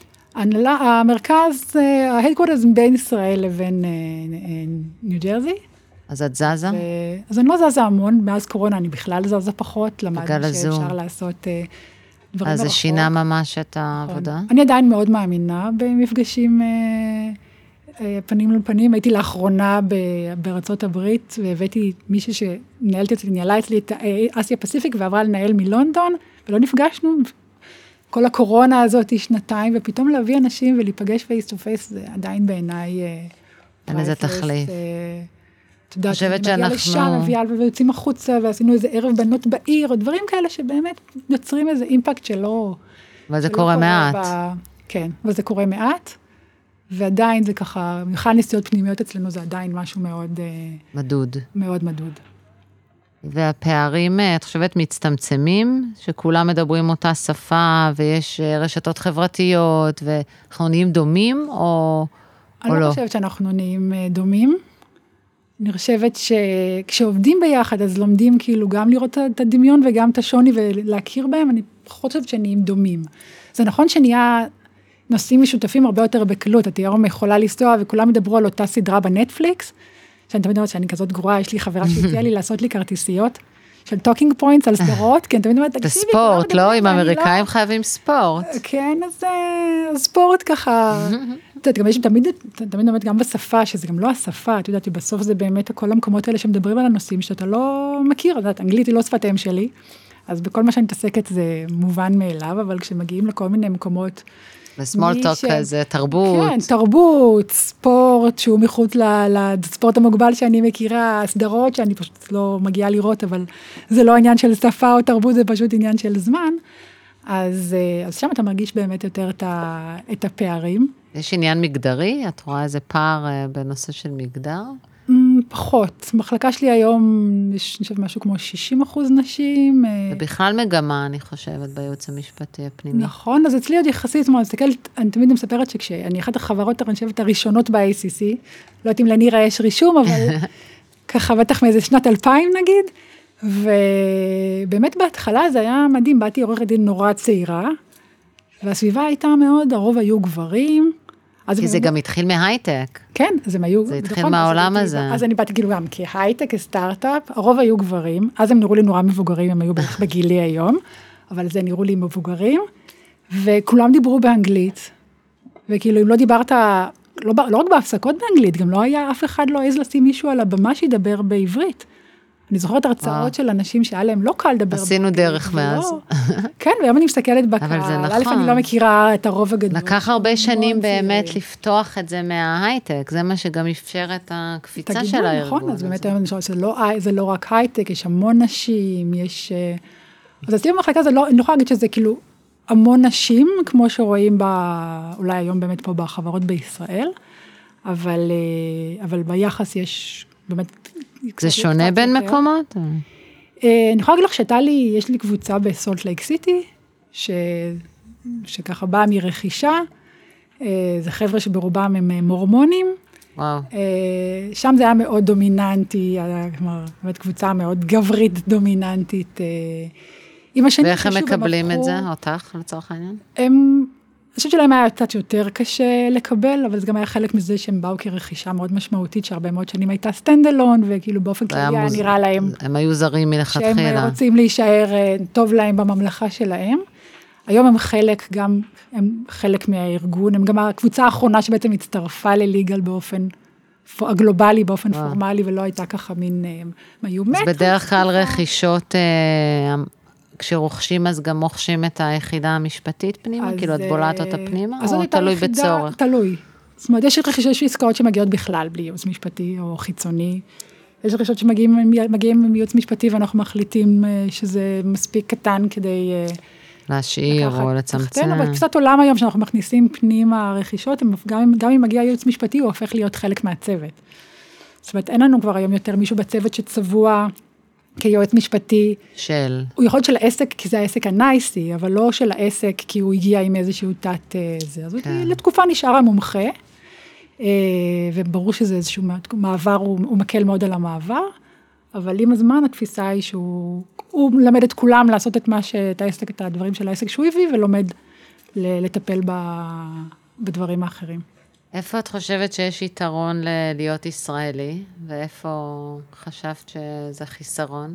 המרכז, ההדקוורטרס בין ישראל לבין ניו ג'רזי. אז את זזה? אז אני לא זזה המון, מאז קורונה אני בכלל זזה פחות, למדנו שאפשר לעשות... אז זה שינה ממש את העבודה? אני עדיין מאוד מאמינה במפגשים פנים מול פנים. הייתי לאחרונה בארצות הברית, והבאתי מישהי ניהלה אצלי את אסיה פסיפיק, ועברה לנהל מלונדון, ולא נפגשנו. כל הקורונה הזאת היא שנתיים, ופתאום להביא אנשים ולהיפגש פייס טו פייס, זה עדיין בעיניי... אין איזה תחליף. אתה יודעת, אני מגיעה לשם, ויוצאים החוצה, ועשינו איזה ערב בנות בעיר, או דברים כאלה שבאמת יוצרים איזה אימפקט שלא... אבל זה קורה מעט. כן, אבל זה קורה מעט, ועדיין זה ככה, במיוחד נסיעות פנימיות אצלנו, זה עדיין משהו מאוד... מדוד. מאוד מדוד. והפערים, את חושבת, מצטמצמים, שכולם מדברים אותה שפה, ויש רשתות חברתיות, ואנחנו נהיים דומים, או לא? אני לא חושבת שאנחנו נהיים דומים. אני חושבת שכשעובדים ביחד, אז לומדים כאילו גם לראות את הדמיון וגם את השוני ולהכיר בהם, אני חושבת שנהיים דומים. זה נכון שנהיה נושאים משותפים הרבה יותר בקלות, את היום יכולה לנסוע וכולם ידברו על אותה סדרה בנטפליקס, שאני תמיד אומרת שאני כזאת גרועה, יש לי חברה שהציעה לי לעשות לי כרטיסיות, של טוקינג פוינטס על סדרות, כן, תמיד אומרת, תקשיבי. ספורט, לא? עם אמריקאים חייבים ספורט. כן, אז ספורט ככה, את יודעת, גם יש תמיד באמת גם בשפה, שזה גם לא השפה, את יודעת, בסוף זה באמת כל המקומות האלה שמדברים על הנושאים שאתה לא מכיר, את יודעת, אנגלית היא לא שפת אם שלי, אז בכל מה שאני מתעסקת זה מובן מאליו, אבל כשמגיעים לכל מיני מקומות, וסמול טוק כזה, תרבות. כן, תרבות, ספורט, שהוא מחוץ לספורט המוגבל שאני מכירה, הסדרות שאני פשוט לא מגיעה לראות, אבל זה לא עניין של שפה או תרבות, זה פשוט עניין של זמן. אז שם אתה מרגיש באמת יותר את הפערים. יש עניין מגדרי? את רואה איזה פער בנושא של מגדר? פחות. מחלקה שלי היום, יש משהו כמו 60% נשים. ובכלל מגמה, אני חושבת, בייעוץ המשפטי הפנימי. נכון, אז אצלי עוד יחסית, אני תמיד מספרת שכשאני אחת החברות הראשונות ב-ACC, לא יודעת אם לנירה יש רישום, אבל ככה בטח מאיזה שנת 2000 נגיד, ובאמת בהתחלה זה היה מדהים, באתי עורכת דין נורא צעירה, והסביבה הייתה מאוד, הרוב היו גברים. כי זה גם התחיל מהייטק. כן, אז הם היו... זה התחיל מהעולם הזה. אז אני באתי כאילו גם כהייטק, כסטארט-אפ, הרוב היו גברים, אז הם נראו לי נורא מבוגרים, הם היו בערך בגילי היום, אבל זה נראו לי מבוגרים, וכולם דיברו באנגלית, וכאילו אם לא דיברת, לא רק בהפסקות באנגלית, גם לא היה, אף אחד לא העז לשים מישהו על הבמה שידבר בעברית. אני זוכרת הרצאות של אנשים שהיה להם לא קל לדבר. עשינו דרך מאז. כן, והיום אני מסתכלת בקהל. אבל זה נכון. א', אני לא מכירה את הרוב הגדול. לקח הרבה שנים באמת לפתוח את זה מההייטק, זה מה שגם אפשר את הקפיצה של הארגון. נכון, אז באמת היום אני חושבת שזה לא רק הייטק, יש המון נשים, יש... אז אצלי במחלקה אני לא יכולה להגיד שזה כאילו המון נשים, כמו שרואים אולי היום באמת פה בחברות בישראל, אבל ביחס יש באמת... זה שונה בין מקומות? אני יכולה להגיד לך יש לי קבוצה בסולט לייק סיטי, שככה באה מרכישה, זה חבר'ה שברובם הם מורמונים, וואו. שם זה היה מאוד דומיננטי, כלומר, באמת קבוצה מאוד גברית דומיננטית. ואיך הם מקבלים את זה, אותך לצורך העניין? אני חושבת שלהם היה קצת יותר קשה לקבל, אבל זה גם היה חלק מזה שהם באו כרכישה מאוד משמעותית, שהרבה מאוד שנים הייתה סטנדלון, וכאילו באופן כללי היה נראה להם... הם היו זרים מלכתחילה. שהם רוצים להישאר טוב להם בממלכה שלהם. היום הם חלק מהארגון, הם גם הקבוצה האחרונה שבעצם הצטרפה לליגל באופן הגלובלי, באופן פורמלי, ולא הייתה ככה מין... אז בדרך כלל רכישות... כשרוכשים, אז גם מוכשים את היחידה המשפטית פנימה? כאילו, את בולעת אותה פנימה? או תלוי בצורך? תלוי. זאת אומרת, יש עסקאות שמגיעות בכלל בלי ייעוץ משפטי או חיצוני. יש רכישות שמגיעים עם ייעוץ משפטי, ואנחנו מחליטים שזה מספיק קטן כדי... להשאיר או לצמצם. אבל תפיסת עולם היום, שאנחנו מכניסים פנימה רכישות, גם אם מגיע ייעוץ משפטי, הוא הופך להיות חלק מהצוות. זאת אומרת, אין לנו כבר היום יותר מישהו בצוות שצבוע... כיועץ משפטי. הוא יכול להיות של העסק, כי זה העסק הנייסי, אבל לא של העסק, כי הוא הגיע עם איזשהו תת זה. אז לתקופה נשאר המומחה, וברור שזה איזשהו מעבר, הוא מקל מאוד על המעבר, אבל עם הזמן התפיסה היא שהוא מלמד את כולם לעשות את הדברים של העסק שהוא הביא, ולומד לטפל בדברים האחרים. איפה את חושבת שיש יתרון להיות ישראלי, ואיפה חשבת שזה חיסרון?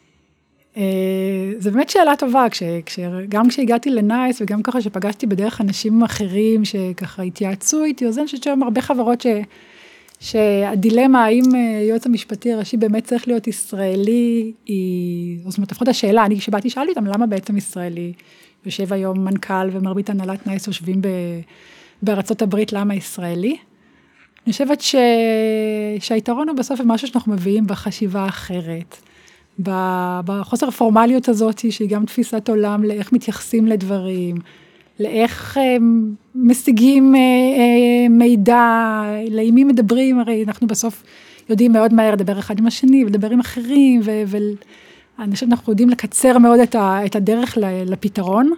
זו באמת שאלה טובה, גם כשהגעתי לנייס, וגם ככה שפגשתי בדרך אנשים אחרים, שככה התייעצו איתי, אז אני חושבת שהיום הרבה חברות שהדילמה, האם היועץ המשפטי הראשי באמת צריך להיות ישראלי, זאת אומרת, לפחות השאלה, אני כשבאתי שאלתי אותם, למה בעצם ישראלי? יושב היום מנכ"ל ומרבית הנהלת נייס יושבים בארצות הברית, למה ישראלי? אני חושבת שהיתרון הוא בסוף משהו שאנחנו מביאים בחשיבה אחרת, בחוסר הפורמליות הזאת, שהיא גם תפיסת עולם, לאיך מתייחסים לדברים, לאיך משיגים מידע, לאמי מדברים, הרי אנחנו בסוף יודעים מאוד מהר לדבר אחד עם השני, ולדבר עם אחרים, ואני חושבת שאנחנו יודעים לקצר מאוד את הדרך לפתרון,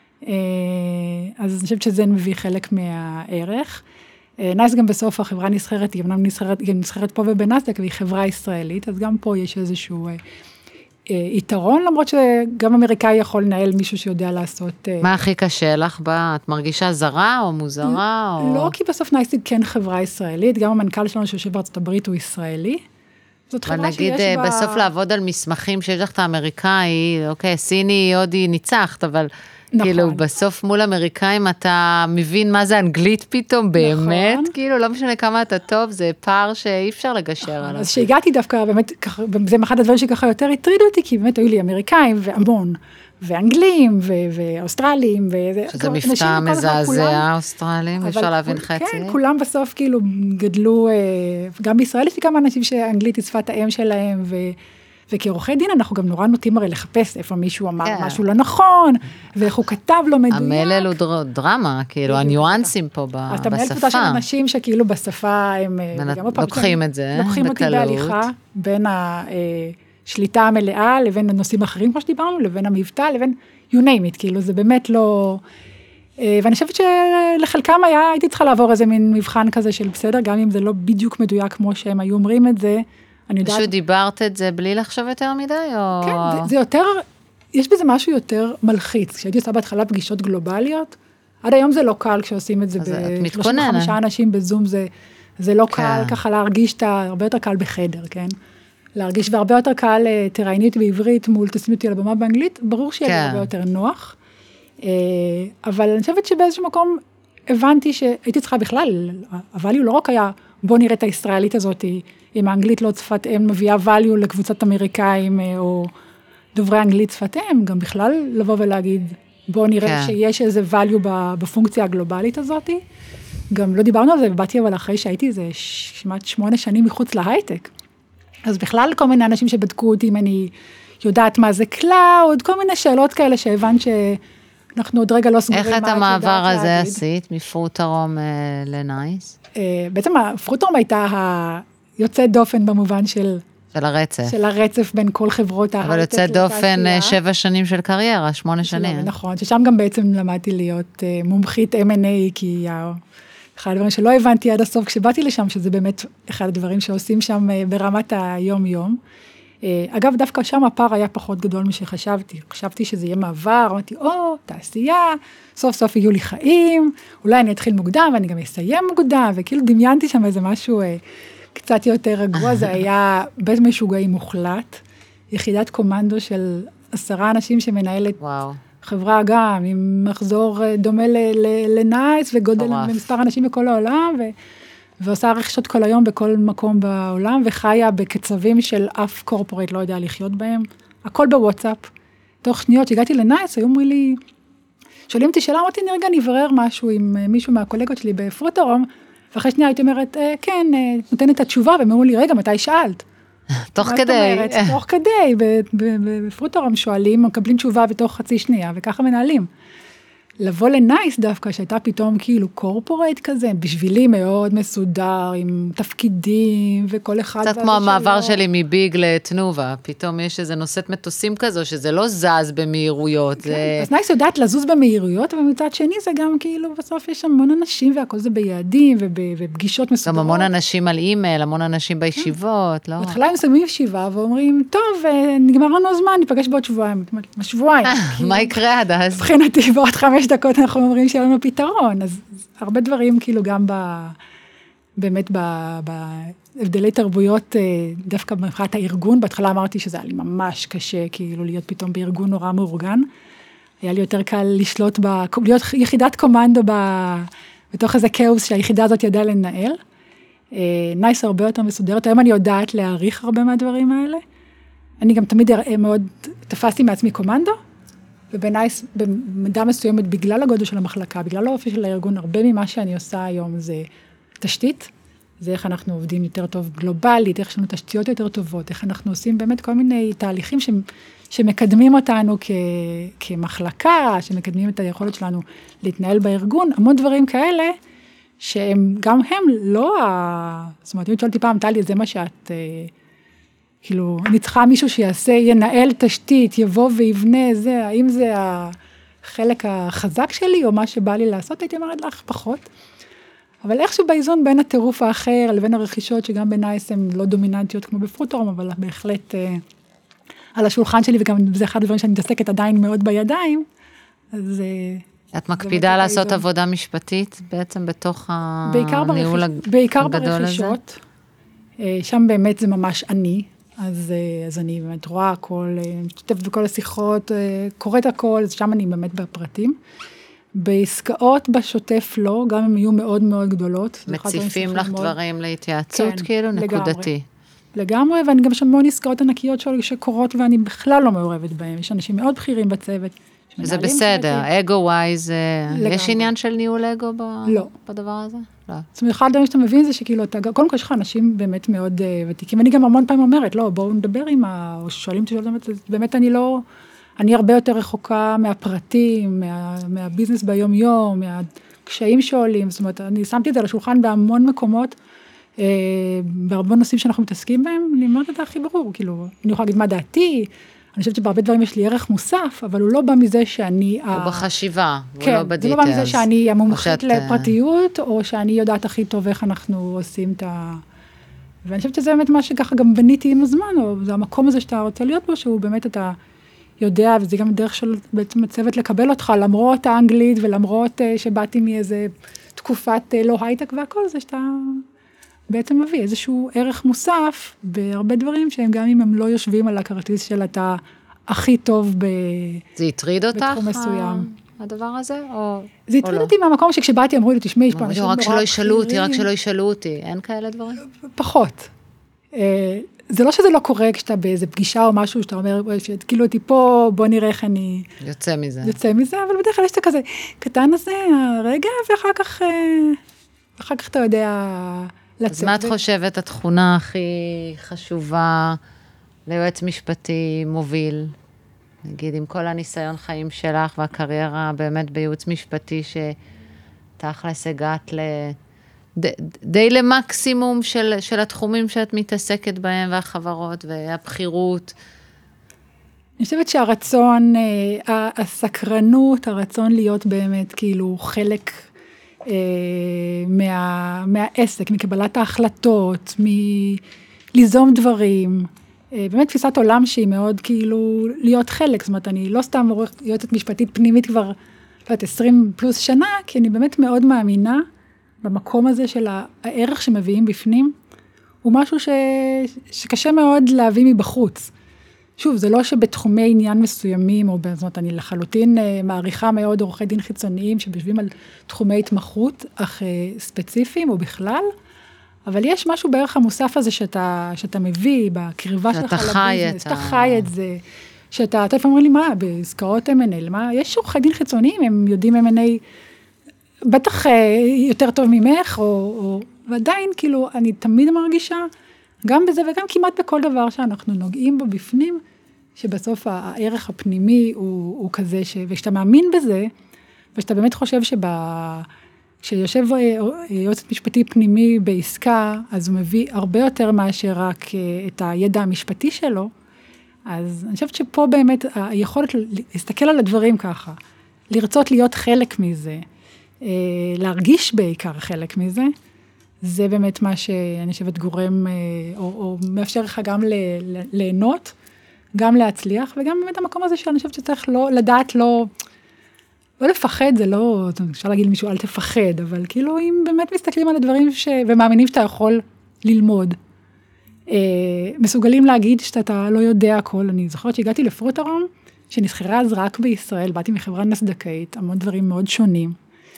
אז אני חושבת שזה מביא חלק מהערך. נייס גם בסוף החברה נסחרת, היא גם נסחרת פה ובנסדק, והיא חברה ישראלית, אז גם פה יש איזשהו יתרון, למרות שגם אמריקאי יכול לנהל מישהו שיודע לעשות... מה הכי קשה לך בה? את מרגישה זרה או מוזרה? לא, כי בסוף נייס היא כן חברה ישראלית, גם המנכ"ל שלנו שיושב בארצות הברית הוא ישראלי. זאת חברה שיש בה... נגיד בסוף לעבוד על מסמכים שיש לך את האמריקאי, אוקיי, סיני, הודי, ניצחת, אבל... כאילו, בסוף מול אמריקאים אתה מבין מה זה אנגלית פתאום, באמת, כאילו, לא משנה כמה אתה טוב, זה פער שאי אפשר לגשר עליו. אז שהגעתי דווקא, באמת, זה אחד הדברים שככה יותר הטרידו אותי, כי באמת היו לי אמריקאים והמון, ואנגלים, ואוסטרלים, שזה מבטא מזעזע, אוסטרלים, אפשר להבין חצי. כן, כולם בסוף כאילו גדלו, גם בישראל יש לי כמה אנשים שאנגלית היא שפת האם שלהם, וכעורכי דין אנחנו גם נורא נוטים הרי לחפש איפה מישהו אמר משהו לא נכון, ואיך הוא כתב לא מדויק. המלל הוא דרמה, כאילו, הניואנסים פה בשפה. אתה מנהל קבוצה של אנשים שכאילו בשפה הם... לוקחים את זה, לוקחים אותי בהליכה, בין השליטה המלאה לבין הנושאים האחרים, כמו שדיברנו, לבין המבטא, לבין you name it, כאילו, זה באמת לא... ואני חושבת שלחלקם הייתי צריכה לעבור איזה מין מבחן כזה של בסדר, גם אם זה לא בדיוק מדויק כמו שהם היו אומרים את זה, פשוט דיברת את זה בלי לחשוב יותר מדי, או... כן, זה יותר, יש בזה משהו יותר מלחיץ. כשהייתי עושה בהתחלה פגישות גלובליות, עד היום זה לא קל כשעושים את זה ב-35 אנשים בזום, זה לא קל ככה להרגיש, הרבה יותר קל בחדר, כן? להרגיש, והרבה יותר קל תראייני אותי בעברית מול תשימי אותי על הבמה באנגלית, ברור שיהיה לי הרבה יותר נוח. אבל אני חושבת שבאיזשהו מקום הבנתי שהייתי צריכה בכלל, אבל הוא לא רק היה, בוא נראה את הישראלית הזאת, אם האנגלית לא שפת אם מביאה value לקבוצת אמריקאים, או דוברי אנגלית שפת אם, גם בכלל לבוא ולהגיד, בוא נראה שיש איזה value בפונקציה הגלובלית הזאת. גם לא דיברנו על זה, ובאתי אבל אחרי שהייתי איזה 8 שנים מחוץ להייטק. אז בכלל כל מיני אנשים שבדקו אותי, אם אני יודעת מה זה קלאוד, כל מיני שאלות כאלה שהבנת שאנחנו עוד רגע לא סגורים. איך את המעבר הזה עשית, מפרוטרום לנייס? בעצם הפרוטרום הייתה יוצאת דופן במובן של הרצף. של הרצף בין כל חברות ההייטק. אבל יוצאת דופן 7 שנים של קריירה, 8 שנים. נכון, ששם גם בעצם למדתי להיות מומחית M&A, כי אחד הדברים שלא הבנתי עד הסוף כשבאתי לשם, שזה באמת אחד הדברים שעושים שם ברמת היום-יום. אגב, דווקא שם הפער היה פחות גדול משחשבתי. חשבתי שזה יהיה מעבר, אמרתי, תעשייה, סוף סוף יהיו לי חיים, אולי אני אתחיל מוקדם ואני גם אסיים מוקדם, וכאילו דמיינתי שם איזה משהו קצת יותר רגוע, זה היה בית משוגעים מוחלט, יחידת קומנדו של 10 אנשים שמנהלת חברה גם, עם מחזור דומה לנייס, וגודל במספר אנשים בכל העולם, ועושה רכישות כל היום בכל מקום בעולם, וחיה בקצבים של אף קורפורט לא יודע לחיות בהם, הכל בוואטסאפ. תוך שניות שהגעתי לנייס, היו אומרים לי, שואלים אותי שאלה, אמרתי, רגע נברר משהו עם מישהו מהקולגות שלי בפרוטרום, ואחרי שנייה הייתי אומרת, כן, נותנת את התשובה, והם אמרו לי, רגע, מתי שאלת? תוך כדי. תוך כדי, בפרוטרום שואלים, מקבלים תשובה בתוך חצי שנייה, וככה מנהלים. לבוא לנייס דווקא, שהייתה פתאום כאילו קורפורייט כזה, בשבילי מאוד מסודר, עם תפקידים, וכל אחד... קצת כמו המעבר שלי מביג לתנובה, פתאום יש איזה נושאת מטוסים כזו, שזה לא זז במהירויות. כן, אז נייס יודעת לזוז במהירויות, ומצד שני זה גם כאילו, בסוף יש המון אנשים, והכל זה ביעדים, ובפגישות מסודרות. גם המון אנשים על אימייל, המון אנשים בישיבות, לא? בהתחלה הם שמים ישיבה, ואומרים, טוב, נגמר לנו הזמן, ניפגש בעוד שבועיים. מה יקרה עד אז? מבחינתי, בעוד 5 דקות אנחנו אומרים שיהיה לנו פתרון, אז הרבה דברים כאילו גם באמת בהבדלי תרבויות, דווקא מבחינת הארגון, בהתחלה אמרתי שזה היה לי ממש קשה, כאילו להיות פתאום בארגון נורא מאורגן, היה לי יותר קל לשלוט, להיות יחידת קומנדו בתוך איזה כאוס שהיחידה הזאת ידעה לנהל, נייס הרבה יותר מסודרת, היום אני יודעת להעריך הרבה מהדברים האלה, אני גם תמיד מאוד תפסתי מעצמי קומנדו, ובנייס, במידה מסוימת, בגלל הגודל של המחלקה, בגלל האופי של הארגון, הרבה ממה שאני עושה היום זה תשתית, זה איך אנחנו עובדים יותר טוב גלובלית, איך יש לנו תשתיות יותר טובות, איך אנחנו עושים באמת כל מיני תהליכים שמקדמים אותנו כמחלקה, שמקדמים את היכולת שלנו להתנהל בארגון, המון דברים כאלה, שהם גם הם לא, זאת אומרת, אם שואלתי פעם, טלי, זה מה שאת... כאילו, אני צריכה מישהו שיעשה, ינהל תשתית, יבוא ויבנה, זה, האם זה החלק החזק שלי, או מה שבא לי לעשות, הייתי אומרת לך פחות. אבל איכשהו באיזון בין הטירוף האחר, לבין הרכישות, שגם בנייס הן לא דומיננטיות כמו בפרוטרום, אבל בהחלט על השולחן שלי, וגם זה אחד הדברים שאני מתעסקת עדיין מאוד בידיים, אז... את מקפידה לעשות עבודה משפטית, בעצם בתוך הניהול הגדול הזה? בעיקר ברכישות, שם באמת זה ממש אני, אז אני באמת רואה הכל, משתתפת בכל השיחות, קוראת הכל, אז שם אני באמת בפרטים. בעסקאות בשוטף לא, גם אם יהיו מאוד מאוד גדולות. מציפים לך דברים להתייעצות, כן, כאילו, נקודתי. לגמרי, ואני גם שמעון עסקאות ענקיות שקורות, ואני בכלל לא מעורבת בהן. יש אנשים מאוד בכירים בצוות. זה בסדר, אגו-ווייז, יש עניין של ניהול אגו בדבר הזה? לא. זאת אומרת, אחד הדברים שאתה מבין זה שכאילו, קודם כל יש לך אנשים באמת מאוד ותיקים, ואני גם המון פעמים אומרת, לא, בואו נדבר עם או שואלים, באמת אני הרבה יותר רחוקה מהפרטים, מהביזנס ביום-יום, מהקשיים שעולים, זאת אומרת, אני שמתי את זה על השולחן בהמון מקומות, בהרבה נושאים שאנחנו מתעסקים בהם, אני אומרת את זה הכי ברור, כאילו, אני יכולה להגיד מה דעתי, אני חושבת שבהרבה דברים יש לי ערך מוסף, אבל הוא לא בא מזה שאני... הוא בחשיבה, הוא כן, לא בדיטלס. זה לא בא מזה שאני המומחית לפרטיות, או שאני יודעת הכי טוב איך אנחנו עושים את ה... ואני חושבת שזה באמת מה שככה גם בניתי עם הזמן, או זה המקום הזה שאתה רוצה להיות בו, שהוא באמת אתה יודע, וזה גם דרך של בעצם הצוות לקבל אותך, למרות האנגלית, ולמרות שבאתי מאיזה תקופת לא הייטק והכל, זה שאתה בעצם מביא איזשהו ערך מוסף, בהרבה דברים שהם גם אם הם לא יושבים על הכרטיס של אתה הכי טוב זה הטריד אותך? בתחום מסוים. הדבר הזה, או זה הטריד אותי מהמקום שכשבאתי אמרו לי, תשמעי, יש פה אנשים נורא בכירים. רק שלא ישאלו אותי, אין כאלה דברים? פחות. זה לא שזה לא קורה כשאתה באיזה פגישה או משהו, שאתה אומר, כאילו אותי פה, בוא נראה איך אני... יוצא מזה, אבל בדרך כלל יש את כזה קטן הזה, הרגע, ואחר כך אתה יודע לצאת. אז מה את חושבת התכונה הכי חשובה ליועץ משפטי מוביל? נגיד, עם כל הניסיון חיים שלך והקריירה באמת בייעוץ משפטי שתכלס הגעת די למקסימום של התחומים שאת מתעסקת בהם והחברות והבחירות. אני חושבת שהרצון, הסקרנות, הרצון להיות באמת כאילו חלק מהעסק, מקבלת ההחלטות, מליזום דברים, באמת תפיסת עולם שהיא מאוד כאילו להיות חלק, זאת אומרת, אני לא סתם יועצת משפטית פנימית כבר 20 פלוס שנה, כי אני באמת מאוד מאמינה במקום הזה של הערך שמביאים בפנים, הוא משהו שקשה מאוד להביא מבחוץ. שוב, זה לא שבתחומי עניין מסוימים, או זאת אומרת, אני לחלוטין מעריכה מאוד עורכי דין חיצוניים, שבשבים על תחומי התמחות, אך ספציפיים או בכלל, אבל יש משהו בערך המוסף הזה שאתה מביא, בקרבה שלך לביזנס, אתה חי את זה, שאתה לפעמים אומרים לי, מה, בעסקאות M&A, מה, יש עורכי דין חיצוניים, הם יודעים M&A, בטח יותר טוב ממך, ועדיין, כאילו, אני תמיד מרגישה, גם בזה וגם כמעט בכל דבר שאנחנו נוגעים בו בפנים, שבסוף הערך הפנימי הוא כזה, וכשאתה מאמין בזה, ושאתה באמת חושב כשיושב יועץ משפטי פנימי בעסקה, אז הוא מביא הרבה יותר מאשר רק את הידע המשפטי שלו, אז אני חושבת שפה באמת היכולת להסתכל על הדברים ככה, לרצות להיות חלק מזה, להרגיש בעיקר חלק מזה, זה באמת מה שאני חושבת גורם, או מאפשר לך גם ליהנות, גם להצליח, וגם באמת המקום הזה שאני חושבת שצריך לדעת לא לפחד, זה לא, אפשר להגיד למישהו אל תפחד, אבל כאילו אם באמת מסתכלים על הדברים ומאמינים שאתה יכול ללמוד, מסוגלים להגיד שאתה לא יודע הכל, אני זוכרת שהגעתי לפרוטרום, שנסחרה אז רק בישראל, באתי מחברה נסדקאית, המון דברים מאוד שונים,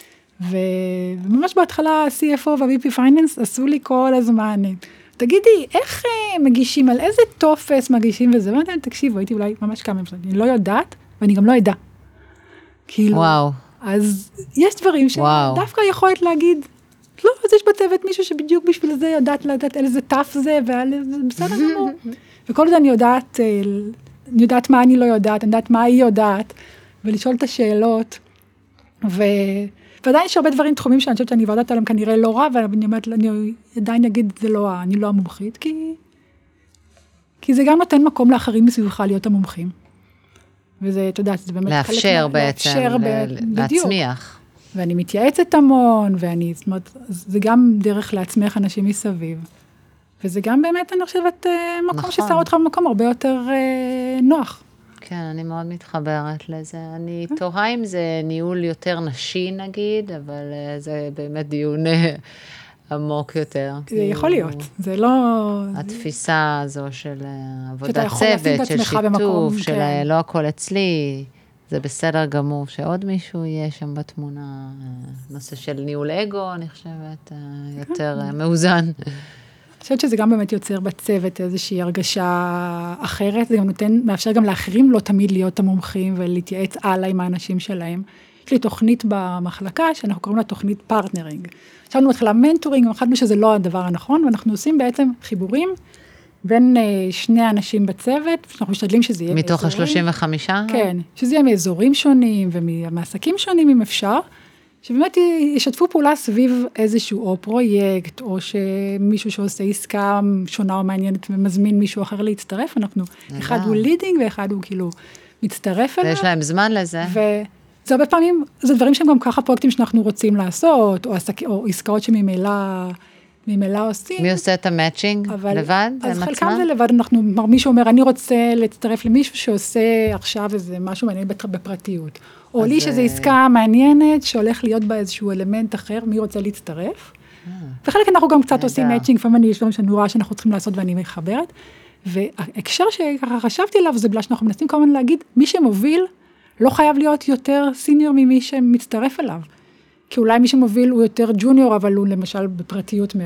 וממש בהתחלה ה-CFO וה-VP Finance עשו לי כל הזמן, תגידי, איך מגישים, על איזה טופס מגישים וזה, ואני תקשיבו, הייתי אולי ממש כמה משהו, אני לא יודעת, ואני גם לא ידע. כאילו, וואו. אז יש דברים שדווקא יכולת להגיד, לא, אז יש בצוות מישהו שבדיוק בשביל זה יודעת איזה טף זה, בסדר גמור. וכל זה אני יודעת מה אני לא יודעת, אני יודעת מה היא יודעת, ולשאול את השאלות, ועדיין יש הרבה דברים תחומים שאני חושבת שאני יודעת עליהם כנראה לא רע, ואני אומרת, אני עדיין אגיד, אני לא המומחית, כי זה גם נותן מקום לאחרים מסביבך להיות המומחים. וזה, אתה יודע, זה באמת לאפשר בעצם, להצמיח. ואני מתייעצת המון, זאת אומרת, זה גם דרך להצמיח אנשים מסביב. וזה גם באמת, אני חושבת, מקום ששר אותך במקום הרבה יותר נוח. כן, אני מאוד מתחברת לזה. אני תוהה אם זה ניהול יותר נשי, נגיד, אבל זה באמת דיון עמוק יותר. זה יכול להיות, זה לא... התפיסה הזו של עבודת יכול לשים את צוות, של עצמך במקום, שיתוף, של כן. לא הכל אצלי, זה בסדר גמור, שעוד מישהו יהיה שם בתמונה, נושא של ניהול אגו, אני חושבת, יותר מאוזן. אני חושבת שזה גם באמת יוצר בצוות איזושהי הרגשה אחרת, זה גם מאפשר גם לאחרים לא תמיד להיות המומחים ולהתייעץ הלאה עם האנשים שלהם. יש לי תוכנית במחלקה שאנחנו קוראים לה תוכנית פרטנרינג. עכשיו מתחילה מנטורינג, החלטנו שזה לא הדבר הנכון, ואנחנו עושים בעצם חיבורים בין שני אנשים בצוות, אנחנו משתדלים שזה יהיה מתוך ה-35? כן, שזה יהיה מאזורים שונים ומעסקים שונים אם אפשר, שבאמת ישתפו פעולה סביב איזשהו או פרויקט, או שמישהו שעושה עסקה שונה או מעניינת ומזמין מישהו אחר להצטרף, אנחנו, אחד הוא לידינג ואחד הוא כאילו מצטרף אליו. ויש להם זמן לזה. וזה הרבה פעמים, זה דברים שהם גם ככה פרויקטים שאנחנו רוצים לעשות, או עסקאות ממילא עושים. מי עושה את המאצ'ינג? לבד? אז חלקם זה לבד, מישהו אומר, אני רוצה להצטרף למישהו שעושה עכשיו איזה משהו מעניין בפרטיות. או לי שזו עסקה מעניינת, שהולך להיות בה איזשהו אלמנט אחר, מי רוצה להצטרף. וחלק אנחנו גם קצת עושים מאצ'ינג, לפעמים יש דברים שאני רואה שאנחנו צריכים לעשות ואני מחברת. וההקשר שככה חשבתי עליו, זה בגלל שאנחנו מנסים כל הזמן להגיד, מי שמוביל לא חייב להיות יותר סיניור ממי שמצטרף אליו. כי אולי מי שמוביל הוא יותר ג'וניור, אבל הוא למשל בפרטיות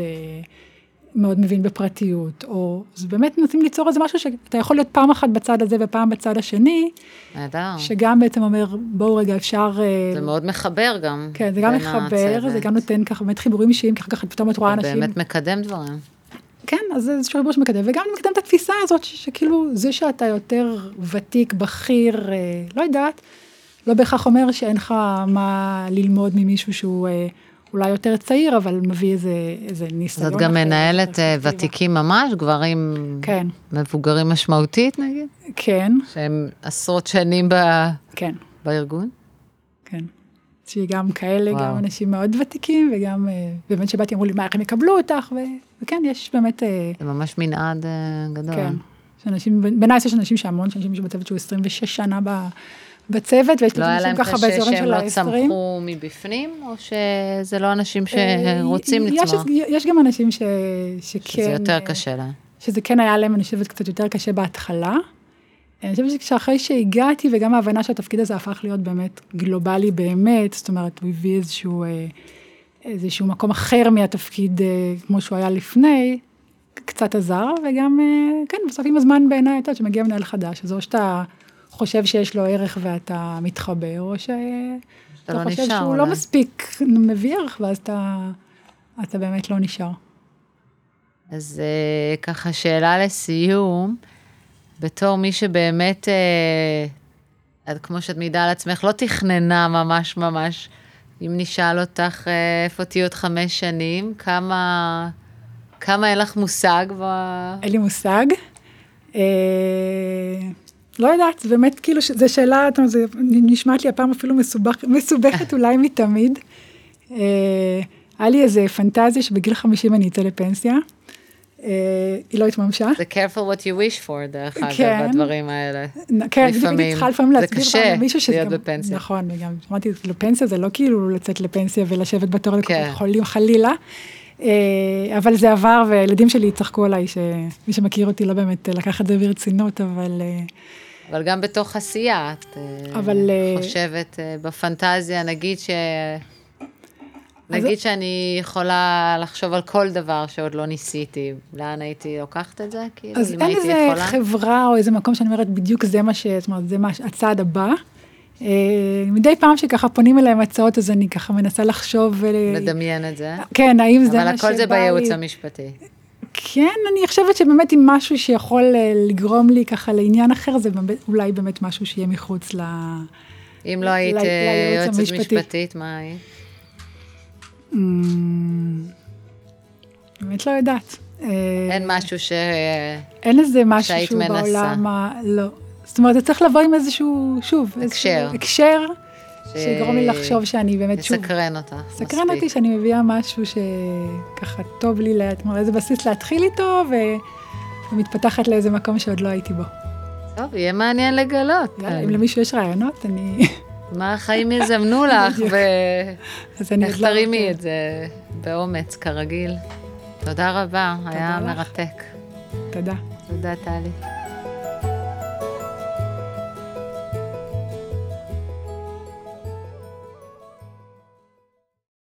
מאוד מבין בפרטיות, או זה באמת מנסים ליצור איזה משהו שאתה יכול להיות פעם אחת בצד הזה ופעם בצד השני, שגם בעצם אומר, בואו רגע אפשר... זה מאוד מחבר גם. כן, זה גם מחבר, זה גם נותן ככה באמת חיבורים אישיים, ככה פתאום את רואה אנשים. זה באמת מקדם דברים. כן, אז זה איזשהו חיבור שמקדם, וגם מקדם את התפיסה הזאת, שכאילו זה שאתה יותר ותיק, בכיר, לא יודעת, לא בהכרח אומר שאין לך מה ללמוד ממישהו שהוא אולי יותר צעיר, אבל מביא איזה ניסיון. זאת גם מנהלת ותיקים ממש, גברים מבוגרים משמעותית נגיד? כן. שהם עשרות שנים בארגון? כן. שהיא גם כאלה, גם אנשים מאוד ותיקים, וגם באמת שבאתי אמרו לי, מה, איך הם יקבלו אותך? וכן, יש באמת... זה ממש מנעד גדול. כן. בנייס יש אנשים שהמון, שאנשים בצוות שהוא 26 שנה בצוות, ויש אנשים ככה באזורים של ה-20. לא היה להם קשה שהם לא צמחו מבפנים, או שזה לא אנשים שרוצים לצמוח? יש גם אנשים שכן... שזה יותר קשה להם. שזה כן היה להם, אני חושבת, קצת יותר קשה בהתחלה. אני חושבת שאחרי שהגעתי, וגם ההבנה שהתפקיד הזה הפך להיות באמת גלובלי באמת, זאת אומרת, הוא הביא איזשהו מקום אחר מהתפקיד כמו שהוא היה לפני, קצת עזר, וגם, כן, בסוף עם הזמן בעיניי, אתה יודע, שמגיע מנהל חדש, אז או שאתה חושב שיש לו ערך ואתה מתחבר, או שאתה חושב שהוא לא מספיק מביא ערך, ואז אתה באמת לא נשאר. אז ככה שאלה לסיום, בתור מי שבאמת, כמו שאת מעידה על עצמך, לא תכננה ממש, אם נשאל אותך איפה תהיו עוד 5 שנים, כמה אין לך מושג? אין לי מושג. לא יודעת, זה באמת כאילו, זו שאלה, זה נשמעת לי הפעם אפילו מסובכת אולי מתמיד. היה לי איזה פנטזיה שבגיל 50 אני אצא לפנסיה. היא לא התממשה. זה careful what you wish for, דרך אגב, בדברים האלה. כן, לפעמים. זה קשה להיות בפנסיה. נכון, וגם אמרתי, לפנסיה זה לא כאילו לצאת לפנסיה ולשבת בתור חולים חלילה, אבל זה עבר, והילדים שלי צחקו עליי, שמי שמכיר אותי לא באמת לקח את זה ברצינות, אבל גם בתוך עשייה, את חושבת בפנטזיה, נגיד שאני יכולה לחשוב על כל דבר שעוד לא ניסיתי, לאן הייתי לוקחת את זה? אז אין איזה חברה או איזה מקום שאני אומרת, בדיוק זה מה הצעד הבא. מדי פעם שככה פונים אליהם הצעות, אז אני ככה מנסה לחשוב. לדמיין את זה. כן, האם זה מה שבא לי. אבל הכל זה בייעוץ המשפטי. כן, אני חושבת שבאמת אם משהו שיכול לגרום לי ככה לעניין אחר, זה אולי באמת משהו שיהיה מחוץ אם לא היית יועצת משפטית, מה היית? באמת לא יודעת. אין משהו אין איזה משהו שהוא בעולם, לא. זאת אומרת, זה צריך לבוא עם איזשהו, שוב, הקשר, שיגרום לי לחשוב שאני באמת, שוב. מסקרן אותך. מסקרן אותי שאני מביאה משהו שככה טוב לי, איזה בסיס להתחיל איתו, ומתפתחת לאיזה מקום שעוד לא הייתי בו. טוב, יהיה מעניין לגלות. אם למישהו יש רעיונות, אני... מה החיים יזמנו לך, אז אני ואיך תרימי את זה באומץ, כרגיל. תודה רבה, היה מרתק. תודה. תודה, טלי.